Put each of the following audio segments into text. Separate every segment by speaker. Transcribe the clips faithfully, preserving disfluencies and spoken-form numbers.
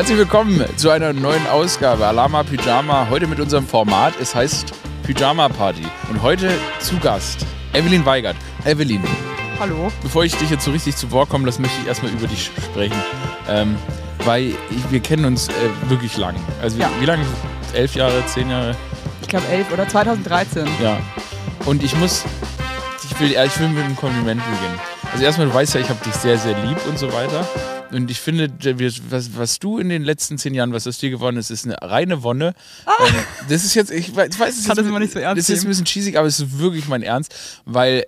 Speaker 1: Herzlich willkommen zu einer neuen Ausgabe Alama Pyjama. Heute mit unserem Format. Es heißt Pyjama Party. Und heute zu Gast Evelyn Weigert. Evelyn.
Speaker 2: Hallo.
Speaker 1: Bevor ich dich jetzt so richtig zu Wort komme lasse, möchte ich erstmal über dich sprechen. Ähm, weil ich, wir kennen uns äh, wirklich lang. Also
Speaker 2: ja.
Speaker 1: wie lange? Elf Jahre, zehn Jahre?
Speaker 2: Ich glaube elf oder zweitausenddreizehn.
Speaker 1: Ja. Und ich muss, ich will, ich will mit einem Kompliment beginnen. Also erstmal, du weißt ja, ich habe dich sehr, sehr lieb und so weiter. Und ich finde, was, was du in den letzten zehn Jahren, was aus dir geworden ist, ist eine reine Wonne. Ah. Ähm, das ist jetzt, ich weiß, ich weiß es
Speaker 2: Kann
Speaker 1: ist,
Speaker 2: das immer nicht so ernst
Speaker 1: das ist ein bisschen cheesy, aber es ist wirklich mein Ernst, weil,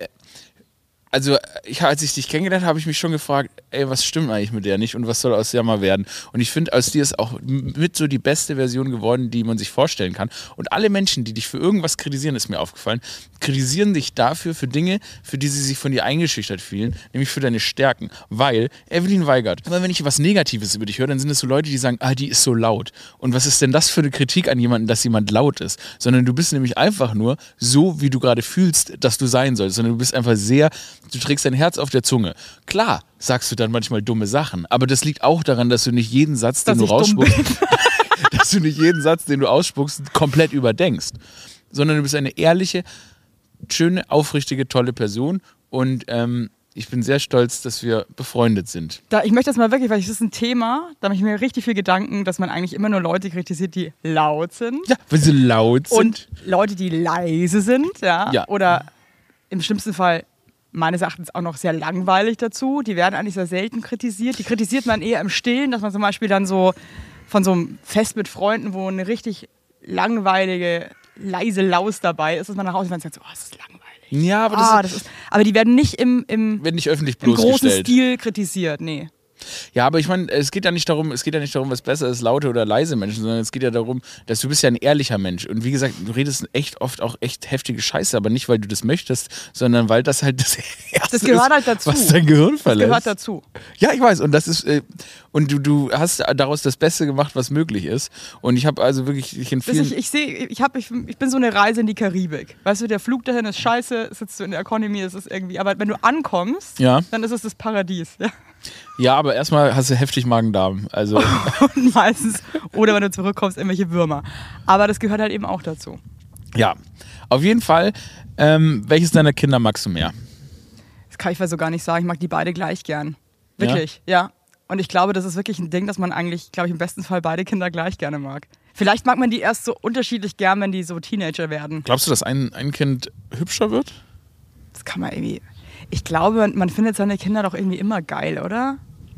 Speaker 1: also ich, als ich dich kennengelernt habe, habe ich mich schon gefragt, ey, was stimmt eigentlich mit der nicht und was soll aus der mal werden? Und ich finde, aus dir ist auch mit so die beste Version geworden, die man sich vorstellen kann. Und alle Menschen, die dich für irgendwas kritisieren, ist mir aufgefallen, kritisieren dich dafür für Dinge, für die sie sich von dir eingeschüchtert fühlen, nämlich für deine Stärken. Weil, Evelyn Weigert, immer wenn ich was Negatives über dich höre, dann sind es so Leute, die sagen, ah, die ist so laut. Und was ist denn das für eine Kritik an jemanden, dass jemand laut ist? Sondern du bist nämlich einfach nur so, wie du gerade fühlst, dass du sein sollst. Sondern du bist einfach sehr, du trägst dein Herz auf der Zunge. Klar sagst du dann manchmal dumme Sachen, aber das liegt auch daran, dass du nicht jeden Satz, den
Speaker 2: dass
Speaker 1: du rausspuckst, dass du nicht jeden Satz, den du ausspuckst, komplett überdenkst. Sondern du bist eine ehrliche, schöne, aufrichtige, tolle Person und ähm, ich bin sehr stolz, dass wir befreundet sind.
Speaker 2: Da, ich möchte das mal wirklich, weil das ist ein Thema, da mache ich mir richtig viel Gedanken, dass man eigentlich immer nur Leute kritisiert, die laut sind.
Speaker 1: Ja, weil sie laut sind.
Speaker 2: Und Leute, die leise sind, ja.
Speaker 1: ja.
Speaker 2: Oder im schlimmsten Fall meines Erachtens auch noch sehr langweilig dazu. Die werden eigentlich sehr selten kritisiert. Die kritisiert man eher im Stillen, dass man zum Beispiel dann so von so einem Fest mit Freunden, wo eine richtig langweilige, leise Laus dabei ist, dass man nach Hause fährt und sagt, so, oh, das ist langweilig.
Speaker 1: Ja, aber das,
Speaker 2: ah,
Speaker 1: ist,
Speaker 2: das ist, aber die werden nicht im, im,
Speaker 1: werden nicht öffentlich
Speaker 2: im großen
Speaker 1: bloßgestellt.
Speaker 2: Stil kritisiert, nee.
Speaker 1: Ja, aber ich meine, es geht ja nicht darum, es geht ja nicht darum, was besser ist, laute oder leise Menschen, sondern es geht ja darum, dass du bist ja ein ehrlicher Mensch. Und wie gesagt, du redest echt oft auch echt heftige Scheiße, aber nicht, weil du das möchtest, sondern weil das halt das Erste
Speaker 2: das gehört
Speaker 1: ist,
Speaker 2: halt dazu.
Speaker 1: was dein Gehirn verlässt.
Speaker 2: Das gehört dazu.
Speaker 1: Ja, ich weiß. Und das ist äh, und du, du hast daraus das Beste gemacht, was möglich ist. Und ich habe also wirklich ich in vielen...
Speaker 2: Ich, ich, seh, ich, hab, ich, ich bin so eine Reise in die Karibik. Weißt du, der Flug dahin ist scheiße, sitzt du in der Economy, das ist irgendwie... Aber wenn du ankommst,
Speaker 1: ja.
Speaker 2: dann ist es das Paradies. Ja.
Speaker 1: Ja, aber erstmal hast du heftig Magen-Darm. Also
Speaker 2: und meistens, oder wenn du zurückkommst, irgendwelche Würmer. Aber das gehört halt eben auch dazu.
Speaker 1: Ja, auf jeden Fall. Ähm, welches deiner Kinder magst du mehr?
Speaker 2: Das kann ich so gar nicht sagen. Ich mag die beide gleich gern. Wirklich, ja. ja. Und ich glaube, das ist wirklich ein Ding, dass man eigentlich, glaube ich, im besten Fall beide Kinder gleich gerne mag. Vielleicht mag man die erst so unterschiedlich gern, wenn die so Teenager werden.
Speaker 1: Glaubst du, dass ein, ein Kind hübscher wird?
Speaker 2: Das kann man irgendwie... Ich glaube, man findet seine Kinder doch irgendwie immer geil, oder?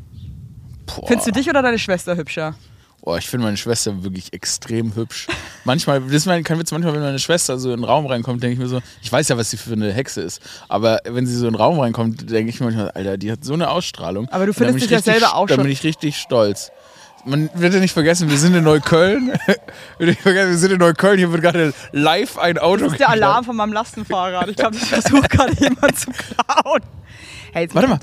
Speaker 2: Boah. Findest du dich oder deine Schwester hübscher?
Speaker 1: Oh, ich finde meine Schwester wirklich extrem hübsch. Manchmal, das ist kein Witz, manchmal, wenn meine Schwester so in den Raum reinkommt, denke ich mir so, ich weiß ja, was sie für eine Hexe ist, aber wenn sie so in den Raum reinkommt, denke ich mir manchmal, Alter, die hat so eine Ausstrahlung.
Speaker 2: Aber du findest dich ja selber auch schon.
Speaker 1: Da bin ich richtig stolz. Man wird ja nicht vergessen, wir sind in Neukölln. Wir sind in Neukölln, hier wird gerade live ein Auto.
Speaker 2: Das ist der Alarm von meinem Lastenfahrrad. Ich glaube, das versucht gerade jemand zu klauen. Hey, jetzt
Speaker 1: Warte mal.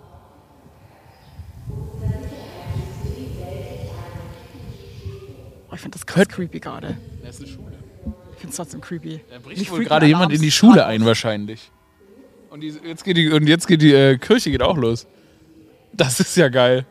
Speaker 2: Oh, ich finde das krass creepy gerade.
Speaker 1: Das ist eine Schule.
Speaker 2: Ich finde es trotzdem creepy.
Speaker 1: Da bricht wohl gerade jemand in die Schule ein wahrscheinlich. Und, die, jetzt geht die, und jetzt geht die äh, Kirche geht auch los. Das ist ja geil.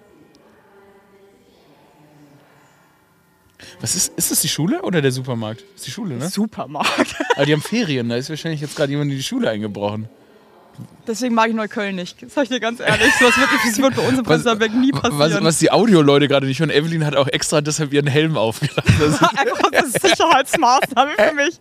Speaker 1: Was ist, ist das die Schule oder der Supermarkt? Das ist die Schule, ne?
Speaker 2: Supermarkt.
Speaker 1: Aber die haben Ferien, da ist wahrscheinlich jetzt gerade jemand in die Schule eingebrochen.
Speaker 2: Deswegen mag ich Neukölln nicht. Das sag ich dir ganz ehrlich. Das wird, das wird bei uns im Prenzlauer nie passieren.
Speaker 1: Was, was die Audio-Leute gerade nicht hören, Evelyn hat auch extra deshalb ihren Helm aufgelassen. Das
Speaker 2: Einfach eine Sicherheitsmaßnahme für mich.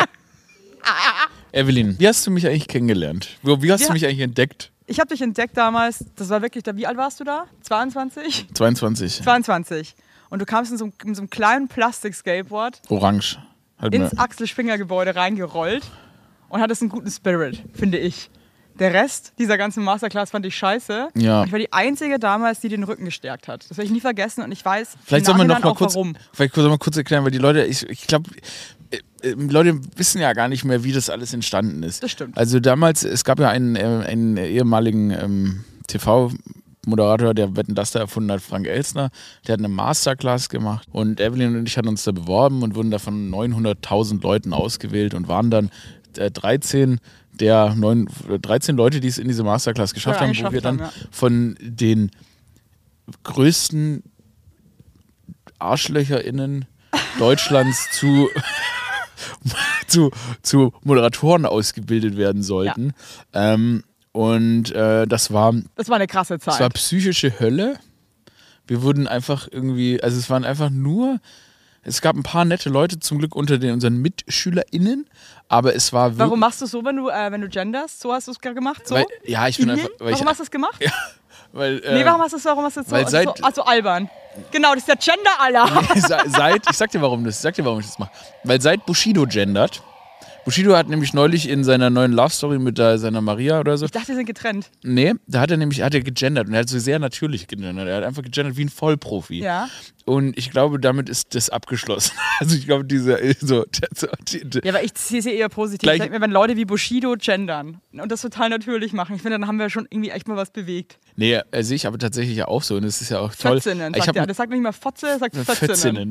Speaker 1: Evelyn, wie hast du mich eigentlich kennengelernt? Wie hast ja. du mich eigentlich entdeckt?
Speaker 2: Ich habe dich entdeckt damals, das war wirklich, wie alt warst du da? zweiundzwanzig?
Speaker 1: zweiundzwanzig.
Speaker 2: zweiundzwanzig. Und du kamst in so, in so einem kleinen Plastik-Skateboard
Speaker 1: Orange. Halt
Speaker 2: ins Axel-Springer-Gebäude reingerollt und hattest einen guten Spirit, finde ich. Der Rest dieser ganzen Masterclass fand ich scheiße.
Speaker 1: Ja.
Speaker 2: Und ich war die Einzige damals, die den Rücken gestärkt hat. Das werde ich nie vergessen und ich weiß
Speaker 1: vielleicht soll man noch mal
Speaker 2: auch
Speaker 1: kurz,
Speaker 2: warum.
Speaker 1: Vielleicht soll man mal kurz erklären, weil die Leute, ich, ich glaube, äh, Leute wissen ja gar nicht mehr, wie das alles entstanden ist.
Speaker 2: Das stimmt.
Speaker 1: Also damals, es gab ja einen, äh, einen ehemaligen ähm, T V- Moderator, der Wetten, dass der erfunden hat, Frank Elstner, der hat eine Masterclass gemacht und Evelyn und ich hatten uns da beworben und wurden da von neunhunderttausend Leuten ausgewählt und waren dann äh, dreizehn der neun, dreizehn Leute, die es in diese Masterclass geschafft
Speaker 2: ja,
Speaker 1: haben, wo wir dann
Speaker 2: haben, ja.
Speaker 1: von den größten ArschlöcherInnen Deutschlands zu, zu, zu Moderatoren ausgebildet werden sollten. Ja. Ähm, und äh, das war...
Speaker 2: Das war eine krasse Zeit.
Speaker 1: Das war psychische Hölle. Wir wurden einfach irgendwie... Also es waren einfach nur... Es gab ein paar nette Leute zum Glück unter den unseren MitschülerInnen, aber es war wirklich...
Speaker 2: Warum machst du so, wenn du, äh, wenn du genderst? So hast du es gemacht? So?
Speaker 1: Weil, ja, ich bin einfach...
Speaker 2: Weil warum
Speaker 1: ich,
Speaker 2: hast du es gemacht?
Speaker 1: Ja, weil... Äh,
Speaker 2: nee, warum hast du es warum hast du es so?
Speaker 1: Weil seit,
Speaker 2: so also albern. Genau, das ist der Gender-Alarm.
Speaker 1: Nee, seit, ich sag dir, warum das, ich sag dir, warum ich das mache. Weil seit Bushido gendert, Bushido hat nämlich neulich in seiner neuen Love-Story mit der, seiner Maria oder so.
Speaker 2: Ich dachte, die sind getrennt.
Speaker 1: Nee, da hat er nämlich hat er gegendert und er hat so sehr natürlich gegendert. Er hat einfach gegendert wie ein Vollprofi.
Speaker 2: Ja.
Speaker 1: Und ich glaube, damit ist das abgeschlossen. Also ich glaube, diese... So, so, die, die,
Speaker 2: ja, aber ich sehe es eher positiv. Ich denke mir, wenn Leute wie Bushido gendern und das total natürlich machen, ich finde, dann haben wir schon irgendwie echt mal was bewegt.
Speaker 1: Nee, äh, sehe ich aber tatsächlich ja auch so und es ist ja auch toll.
Speaker 2: Fötzinnen,
Speaker 1: ich
Speaker 2: sagt
Speaker 1: hab,
Speaker 2: er. Das sagt nicht mehr Fotze, sagt Fötzinnen.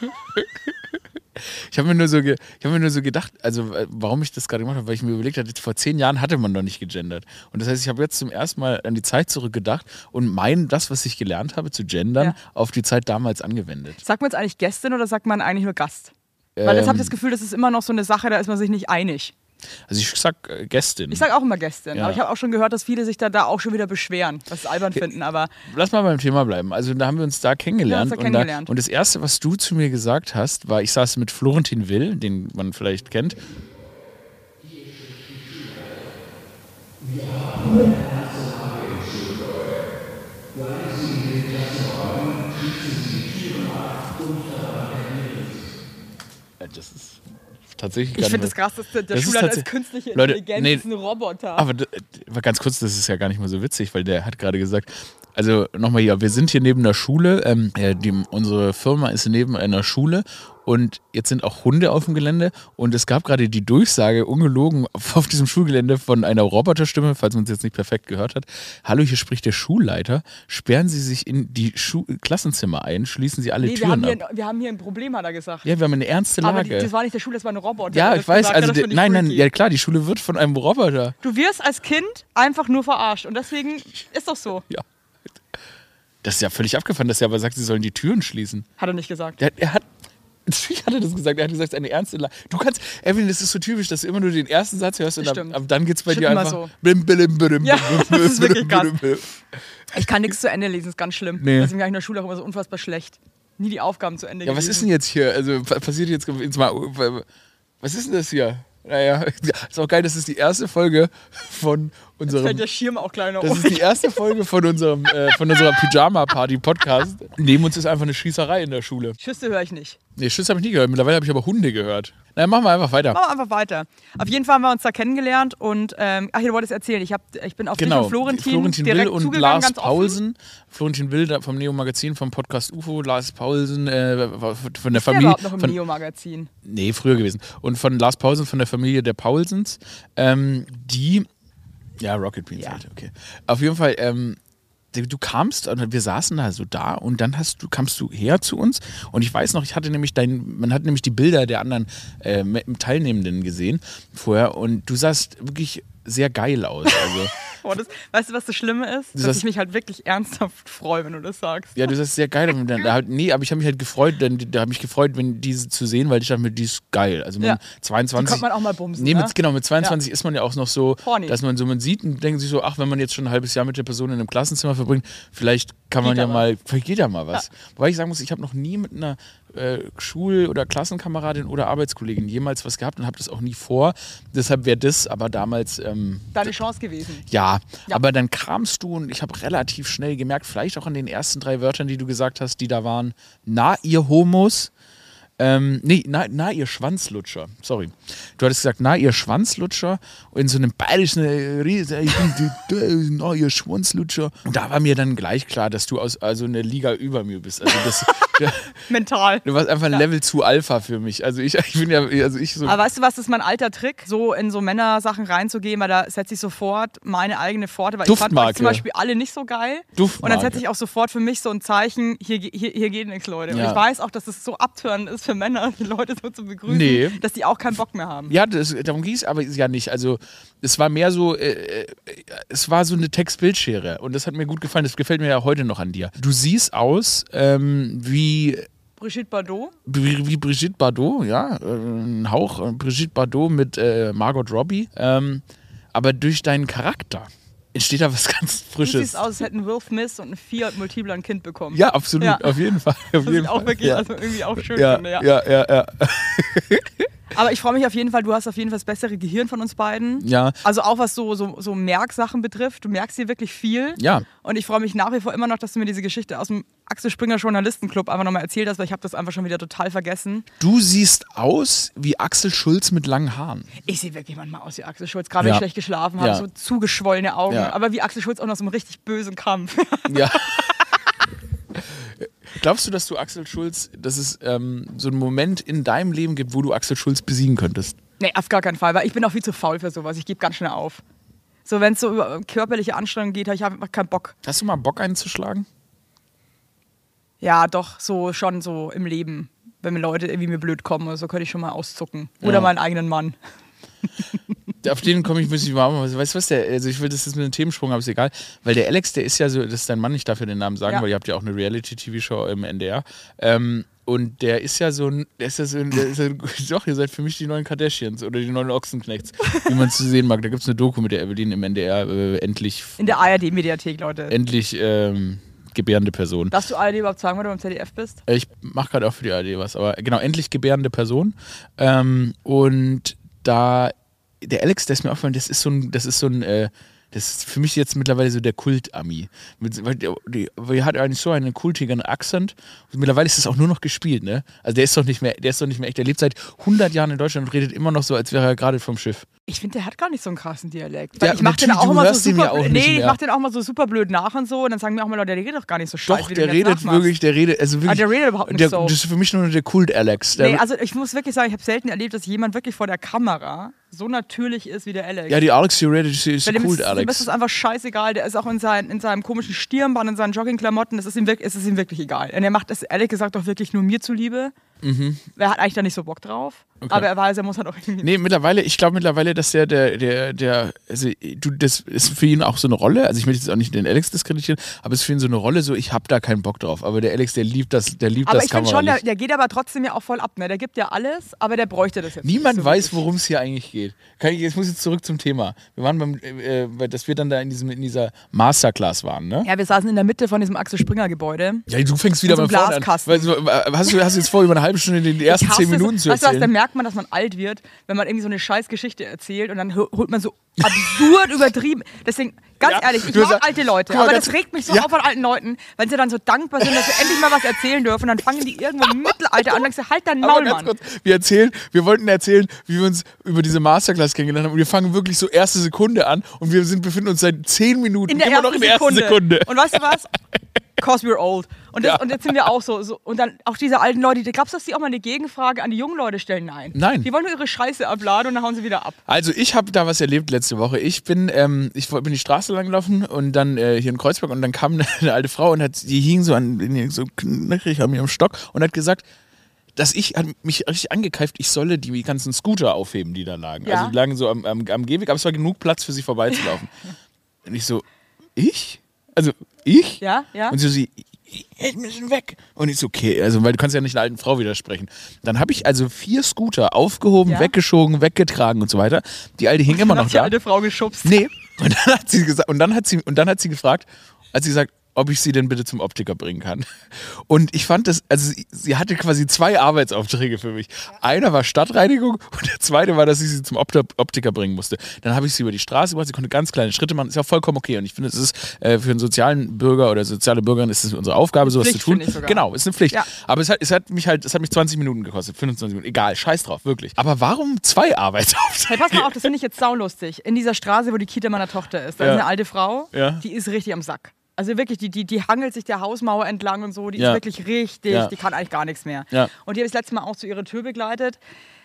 Speaker 1: Ich habe mir, nur so hab mir nur so gedacht, also warum ich das gerade gemacht habe, weil ich mir überlegt hatte, vor zehn Jahren hatte man noch nicht gegendert. Und das heißt, ich habe jetzt zum ersten Mal an die Zeit zurückgedacht und mein, das, was ich gelernt habe zu gendern, ja. auf die Zeit damals angewendet.
Speaker 2: Sagt man jetzt eigentlich Gästin oder sagt man eigentlich nur Gast? Ähm, weil jetzt habe ich das Gefühl, das ist immer noch so eine Sache, da ist man sich nicht einig.
Speaker 1: Also ich sag äh, Gästin.
Speaker 2: Ich sag auch immer Gästin,
Speaker 1: ja.
Speaker 2: aber ich habe auch schon gehört, dass viele sich da, da auch schon wieder beschweren, was sie albern finden, aber...
Speaker 1: Lass mal beim Thema bleiben. Also da haben wir uns da kennengelernt.
Speaker 2: Ja, uns da
Speaker 1: und,
Speaker 2: kennengelernt.
Speaker 1: Da, und das Erste, was du zu mir gesagt hast, war, ich saß mit Florentin Will, den man vielleicht kennt. Wir haben eine erste Frage im Schulgebäude. Bleiben Sie in den Klassenräumen, schließen Sie die Türen ab und verbarrikadieren Sie. Das ist... Tatsächlich
Speaker 2: ich finde das krass, dass der, der
Speaker 1: das
Speaker 2: Schulleiter als künstliche Intelligenz Leute, nee, ist ein Roboter.
Speaker 1: Aber ganz kurz, das ist ja gar nicht mal so witzig, weil der hat gerade gesagt, also nochmal hier, wir sind hier neben der Schule, ähm, die, unsere Firma ist neben einer Schule und jetzt sind auch Hunde auf dem Gelände und es gab gerade die Durchsage, ungelogen, auf diesem Schulgelände von einer Roboterstimme, falls man es jetzt nicht perfekt gehört hat. Hallo, hier spricht der Schulleiter. Sperren Sie sich in die Schu- Klassenzimmer ein, schließen Sie alle
Speaker 2: nee,
Speaker 1: Türen
Speaker 2: wir
Speaker 1: ab.
Speaker 2: Haben hier, wir haben hier ein Problem, hat er gesagt.
Speaker 1: Ja, wir haben eine ernste Lage.
Speaker 2: Aber die, das war nicht der Schule, das war ein Roboter.
Speaker 1: Ja, ich weiß,
Speaker 2: gesagt,
Speaker 1: also
Speaker 2: ja,
Speaker 1: die, nein, nein, ja klar, die Schule wird von einem Roboter.
Speaker 2: Du wirst als Kind einfach nur verarscht und deswegen ist doch so.
Speaker 1: Ja. Das ist ja völlig abgefahren, dass er aber sagt, sie sollen die Türen schließen.
Speaker 2: Hat er nicht gesagt.
Speaker 1: Der, er hat, natürlich hat er das gesagt, er hat gesagt, es ist eine ernste Lage. Du kannst, Evelyn, das ist so typisch, dass du immer nur den ersten Satz hörst und ab, ab dann geht's bei
Speaker 2: Stimmt
Speaker 1: dir einfach
Speaker 2: so.
Speaker 1: blim, blim, blim,
Speaker 2: ja, das ist wirklich krass.
Speaker 1: blim.
Speaker 2: Ich kann nichts zu Ende lesen, das ist ganz schlimm.
Speaker 1: Nee.
Speaker 2: Deswegen war ich in der Schule auch immer so unfassbar schlecht. Nie die Aufgaben zu Ende
Speaker 1: Ja,
Speaker 2: gelesen.
Speaker 1: was ist denn jetzt hier? Also passiert jetzt, jetzt mal, was ist denn das hier? Naja, ist auch geil, das ist die erste Folge von unserem...
Speaker 2: Jetzt fällt der Schirm auch gleich noch
Speaker 1: Das ist die erste Folge von unserem äh, von unserer Pyjama-Party-Podcast. Neben uns ist einfach eine Schießerei in der Schule.
Speaker 2: Schüsse höre ich nicht.
Speaker 1: Nee, Schüsse habe ich nie gehört. Mittlerweile habe ich aber Hunde gehört. Na, machen wir einfach weiter.
Speaker 2: Machen wir einfach weiter. Auf jeden Fall haben wir uns da kennengelernt und, ähm, ach, du wolltest erzählen, ich, hab, ich bin auf
Speaker 1: genau.
Speaker 2: dich und Florentin,
Speaker 1: Florentin
Speaker 2: direkt
Speaker 1: Will und
Speaker 2: zugegangen,
Speaker 1: Lars
Speaker 2: ganz
Speaker 1: Paulsen. Florentin Will vom Neo-Magazin, vom Podcast U F O, Lars Paulsen äh, von der
Speaker 2: ist
Speaker 1: Familie...
Speaker 2: Der überhaupt noch im
Speaker 1: von,
Speaker 2: Neo-Magazin?
Speaker 1: Nee, früher gewesen. Und von Lars Paulsen von der Familie der Paulsens, ähm, die... Ja, Rocket Beans
Speaker 2: ja.
Speaker 1: halt, okay. Auf jeden Fall, ähm, du kamst, wir saßen da so da und dann hast du, kamst du her zu uns und ich weiß noch, ich hatte nämlich dein, man hat nämlich die Bilder der anderen äh, Teilnehmenden gesehen vorher und du sahst wirklich sehr geil aus. Also,
Speaker 2: oh, das, weißt du, was das Schlimme ist? Dass
Speaker 1: das,
Speaker 2: ich mich halt wirklich ernsthaft freue, wenn du das sagst.
Speaker 1: Ja, du sahst sehr geil aus. Halt, nee, aber ich habe mich halt gefreut, denn da habe mich gefreut, wenn diese zu sehen, weil ich dachte mir, die ist geil. Also mit
Speaker 2: ja.
Speaker 1: zweiundzwanzig.
Speaker 2: Die kann man auch mal bumsen.
Speaker 1: Nee, mit,
Speaker 2: ne?
Speaker 1: genau, mit zweiundzwanzig
Speaker 2: ja.
Speaker 1: ist man ja auch noch so,
Speaker 2: Horny.
Speaker 1: dass man so, man sieht und denkt sich so, ach, wenn man jetzt schon ein halbes Jahr mit der Person in einem Klassenzimmer verbringt, vielleicht kann man
Speaker 2: geht
Speaker 1: ja
Speaker 2: aber.
Speaker 1: mal, vielleicht geht ja mal was.
Speaker 2: Ja.
Speaker 1: Wobei ich sagen muss, ich habe noch nie mit einer äh, Schul- oder Klassenkameradin oder Arbeitskollegin jemals was gehabt und habe das auch nie vor. Deshalb wäre das aber damals... Ähm,
Speaker 2: Deine Chance gewesen.
Speaker 1: Ja,
Speaker 2: ja,
Speaker 1: aber dann kamst du und ich habe relativ schnell gemerkt, vielleicht auch an den ersten drei Wörtern, die du gesagt hast, die da waren, na, ihr Homos, ähm, nee, na, na, ihr Schwanzlutscher, sorry. Du hattest gesagt, na, ihr Schwanzlutscher, in so einem bayerischen Riese, ich bin, na, ihr Schwanzlutscher. Und da war mir dann gleich klar, dass du aus also eine Liga über mir bist. Also das,
Speaker 2: mental.
Speaker 1: Du warst einfach ein
Speaker 2: ja.
Speaker 1: Level zu Alpha für mich. Also ich, ich bin ja, also ich so.
Speaker 2: Aber weißt du was, das ist mein alter Trick, so in so Männersachen reinzugehen, weil da setze ich sofort meine eigene Pforte, weil
Speaker 1: Duftmarke.
Speaker 2: ich fand euch zum Beispiel alle nicht so geil.
Speaker 1: Duftmarke.
Speaker 2: Und dann setze ich auch sofort für mich so ein Zeichen, hier, hier, hier geht nichts, Leute.
Speaker 1: Ja.
Speaker 2: Und ich weiß auch, dass es so abtörend ist für Männer, die Leute so zu begrüßen,
Speaker 1: nee.
Speaker 2: dass die auch keinen Bock mehr haben.
Speaker 1: Ja, das, darum ging es aber ja nicht. Also es war mehr so, äh, es war so eine Text-Bildschere und das hat mir gut gefallen. Das gefällt mir ja heute noch an dir. Du siehst aus ähm, wie...
Speaker 2: Brigitte Bardot.
Speaker 1: Wie, wie Brigitte Bardot, ja. Äh, ein Hauch äh, Brigitte Bardot mit äh, Margot Robbie. Ähm, aber durch deinen Charakter entsteht da was ganz Frisches.
Speaker 2: Du siehst aus, als hätten Will Smith und ein Fiat Multipler ein Kind bekommen.
Speaker 1: Ja, absolut, ja. auf jeden Fall. Auf
Speaker 2: das
Speaker 1: jeden
Speaker 2: ist auch
Speaker 1: Fall.
Speaker 2: wirklich,
Speaker 1: ja.
Speaker 2: also irgendwie auch schön
Speaker 1: ja,
Speaker 2: finde, ja.
Speaker 1: Ja, ja, ja.
Speaker 2: Aber ich freue mich auf jeden Fall, du hast auf jeden Fall das bessere Gehirn von uns beiden.
Speaker 1: Ja.
Speaker 2: Also auch was so, so, so Merksachen betrifft. Du merkst hier wirklich viel.
Speaker 1: Ja.
Speaker 2: Und ich freue mich nach wie vor immer noch, dass du mir diese Geschichte aus dem Axel Springer Journalistenclub einfach nochmal erzählt hast, weil ich habe das einfach schon wieder total vergessen.
Speaker 1: Du siehst aus wie Axel Schulz mit langen Haaren.
Speaker 2: Ich sehe wirklich manchmal aus wie Axel Schulz, gerade wenn
Speaker 1: ja.
Speaker 2: ich schlecht geschlafen habe,
Speaker 1: ja.
Speaker 2: so zugeschwollene Augen.
Speaker 1: Ja.
Speaker 2: Aber wie Axel Schulz auch noch so einem richtig bösen Kampf.
Speaker 1: Ja. Glaubst du, dass du Axel Schulz, dass es ähm, so einen Moment in deinem Leben gibt, wo du Axel Schulz besiegen könntest?
Speaker 2: Nee, auf gar keinen Fall, weil ich bin auch viel zu faul für sowas. Ich gebe ganz schnell auf. So, wenn es so über körperliche Anstrengung geht, habe ich einfach keinen Bock.
Speaker 1: Hast du mal Bock einzuschlagen?
Speaker 2: Ja, doch, so schon so im Leben. Wenn mir Leute irgendwie mir blöd kommen oder so, könnte ich schon mal auszucken. Oder
Speaker 1: Ja.
Speaker 2: meinen eigenen Mann.
Speaker 1: Auf den komme ich, muss ich mal, weißt du was, der, also ich will, das ist mit einem Themensprung, aber ist egal, weil der Alex, der ist ja so, das ist dein Mann, ich darf ja den Namen sagen,
Speaker 2: Ja.
Speaker 1: weil ihr habt ja auch eine Reality-T V-Show im N D R, ähm, und der ist ja so ein, der ist ja so ein, der ist ja, doch, ihr seid für mich die neuen Kardashians oder die neuen Ochsenknechts, wie man es zu sehen mag. Da gibt es eine Doku mit der Evelyn im N D R, äh, endlich,
Speaker 2: In der A R D-Mediathek, Leute.
Speaker 1: endlich, ähm, gebärende Person.
Speaker 2: Darfst du A R D überhaupt sagen, wenn du beim Z D F bist?
Speaker 1: Ich mache gerade auch für die A R D was, aber genau, endlich gebärende Person. Ähm, und da, der Alex, der ist mir aufgefallen, das ist so ein, das ist so ein, äh, das ist für mich jetzt mittlerweile so der Kult-Ami. Mit- Weil der, die, weil er hat eigentlich so einen kultigen Akzent. Und mittlerweile ist das auch nur noch gespielt, ne? Also der ist doch nicht mehr, der ist doch nicht mehr echt. Der lebt seit hundert Jahren in Deutschland und redet immer noch so, als wäre er gerade vom Schiff.
Speaker 2: Ich finde, der hat gar nicht so einen krassen Dialekt.
Speaker 1: Ja,
Speaker 2: Weil ich mach den
Speaker 1: natürlich,
Speaker 2: auch
Speaker 1: du
Speaker 2: immer so
Speaker 1: hörst ihn
Speaker 2: super
Speaker 1: ja auch
Speaker 2: blöd.
Speaker 1: nicht
Speaker 2: Nee, ich
Speaker 1: mehr.
Speaker 2: mach den auch mal so super blöd nach und so. Und dann sagen mir auch mal Leute, der redet doch gar nicht so scheiße,
Speaker 1: Doch,
Speaker 2: wie
Speaker 1: der
Speaker 2: du den jetzt
Speaker 1: redet
Speaker 2: nachmachst.
Speaker 1: wirklich, der redet, also wirklich.
Speaker 2: Ah, der redet überhaupt nicht
Speaker 1: der,
Speaker 2: so.
Speaker 1: Das ist für mich nur der Kult-Alex. Der-
Speaker 2: Nee, also ich muss wirklich sagen, ich habe selten erlebt, dass jemand wirklich vor der Kamera so natürlich ist wie der Alex.
Speaker 1: ja, die Alex, die redet, ist
Speaker 2: Bei dem ist, dem
Speaker 1: Kult-Alex.
Speaker 2: ist es einfach scheißegal. Der ist auch in, sein, in seinem komischen Stirnband, in seinen Joggingklamotten. Das ist ihm, wirklich, ist es ihm wirklich egal. Und er macht das ehrlich gesagt auch wirklich nur mir zuliebe. Mhm. Er hat eigentlich da nicht so Bock drauf.
Speaker 1: Okay.
Speaker 2: Aber er weiß, er muss halt auch irgendwie.
Speaker 1: Nee, mittlerweile, ich glaube mittlerweile, dass der, der, der, der, also du, das ist für ihn auch so eine Rolle, also ich möchte jetzt auch nicht den Alex diskreditieren, aber es ist für ihn so eine Rolle, so ich habe da keinen Bock drauf, aber der Alex, der liebt das, der liebt
Speaker 2: Aber
Speaker 1: das
Speaker 2: ich finde schon, der,
Speaker 1: Kameralicht.
Speaker 2: der geht aber trotzdem ja auch voll ab. Ne? Der gibt ja alles, aber der bräuchte das jetzt
Speaker 1: Niemand
Speaker 2: nicht so
Speaker 1: weiß,
Speaker 2: wirklich.
Speaker 1: worum es hier eigentlich geht. Kann ich, jetzt muss ich jetzt zurück zum Thema. Wir waren beim, äh, äh, dass wir dann da in, diesem, in dieser Masterclass waren, ne?
Speaker 2: Ja, wir saßen in der Mitte von diesem Axel Springer Gebäude.
Speaker 1: Ja, du fängst wieder
Speaker 2: so
Speaker 1: mal
Speaker 2: einem
Speaker 1: vorne an.
Speaker 2: Glaskasten.
Speaker 1: Weil, so, äh, hast, du, hast du jetzt vor, über eine halbe Stunde die ersten
Speaker 2: Ich hasse
Speaker 1: zehn Minuten
Speaker 2: es.
Speaker 1: zu
Speaker 2: Weißt du was,
Speaker 1: erzählen?
Speaker 2: dann merkt man, dass man alt wird, wenn man irgendwie so eine scheiß Geschichte erzählt und dann ho- holt man so absurd übertrieben. Deswegen, ganz
Speaker 1: Ja,
Speaker 2: ehrlich, ich
Speaker 1: du
Speaker 2: mag
Speaker 1: sag-
Speaker 2: alte Leute,
Speaker 1: guck mal,
Speaker 2: aber
Speaker 1: ganz-
Speaker 2: das regt mich so
Speaker 1: ja.
Speaker 2: auf an alten Leuten, weil sie dann so dankbar sind, dass sie endlich mal was erzählen dürfen und dann fangen die irgendwo im Mittelalter an und denkst du, halt dein
Speaker 1: Aber
Speaker 2: Maul,
Speaker 1: ganz
Speaker 2: Mann.
Speaker 1: kurz, wir erzählen, wir wollten erzählen, wie wir uns über diese Masterclass kennengelernt haben und wir fangen wirklich so erste Sekunde an und wir sind, befinden uns seit zehn Minuten
Speaker 2: In der
Speaker 1: immer
Speaker 2: ersten
Speaker 1: noch in der ersten
Speaker 2: Sekunde.
Speaker 1: Sekunde.
Speaker 2: Und weißt du was? Cause we're old. Und, das,
Speaker 1: Ja.
Speaker 2: und jetzt sind wir auch so, so. Und dann auch diese alten Leute, glaubst du, dass die auch mal eine Gegenfrage an die jungen Leute stellen? Nein.
Speaker 1: Nein.
Speaker 2: Die wollen nur ihre Scheiße abladen und dann hauen sie wieder ab.
Speaker 1: Also ich habe da was erlebt letzte Woche. Ich bin, ähm, ich bin die Straße lang gelaufen und dann äh, hier in Kreuzberg und dann kam eine, eine alte Frau und hat, die hing so an so knackig an mir am Stock und hat gesagt, dass ich, hat mich richtig angekeift, ich solle die ganzen Scooter aufheben, die da lagen.
Speaker 2: Ja.
Speaker 1: Also die lagen so am, am, am Gehweg, aber es war genug Platz für sie vorbeizulaufen. Und ich so, ich? Also ich?
Speaker 2: Ja, ja.
Speaker 1: Und sie so, sie wir müssen weg. Und ich so, okay, also weil du kannst ja nicht einer alten Frau widersprechen. Dann habe ich also vier Scooter aufgehoben,
Speaker 2: Ja.
Speaker 1: weggeschoben, weggetragen und so weiter. Die alte hing immer
Speaker 2: Dann
Speaker 1: noch
Speaker 2: hat die
Speaker 1: da.
Speaker 2: alte Frau geschubst.
Speaker 1: Nee. Und dann hat sie gesagt, und dann hat sie, und dann hat sie gefragt, hat sie gesagt, ob ich sie denn bitte zum Optiker bringen kann. Und ich fand das, also sie, sie hatte quasi zwei Arbeitsaufträge für mich. Einer war Stadtreinigung und der zweite war, dass ich sie zum Opti- Optiker bringen musste. Dann habe ich sie über die Straße gebracht, sie konnte ganz kleine Schritte machen, ist ja vollkommen okay. Und ich finde, es ist äh, für einen sozialen Bürger oder soziale Bürgerin ist es unsere Aufgabe, sowas
Speaker 2: Pflicht,
Speaker 1: zu tun.
Speaker 2: finde ich sogar.
Speaker 1: Genau, ist eine Pflicht.
Speaker 2: Ja.
Speaker 1: Aber es hat, es hat mich halt, es hat mich zwanzig Minuten gekostet, fünfundzwanzig Minuten. Egal, scheiß drauf, wirklich. Aber warum zwei Arbeitsaufträge?
Speaker 2: Hey, pass mal auf, das finde ich jetzt saulustig. In dieser Straße, wo die Kita meiner Tochter ist, da
Speaker 1: Ja.
Speaker 2: ist eine alte Frau,
Speaker 1: Ja.
Speaker 2: die ist richtig am Sack. Also wirklich, die, die, die hangelt sich der Hausmauer entlang und so, die
Speaker 1: Ja.
Speaker 2: ist wirklich richtig,
Speaker 1: Ja.
Speaker 2: die kann eigentlich gar nichts mehr.
Speaker 1: Ja.
Speaker 2: Und die habe ich das letzte Mal auch zu ihrer Tür begleitet.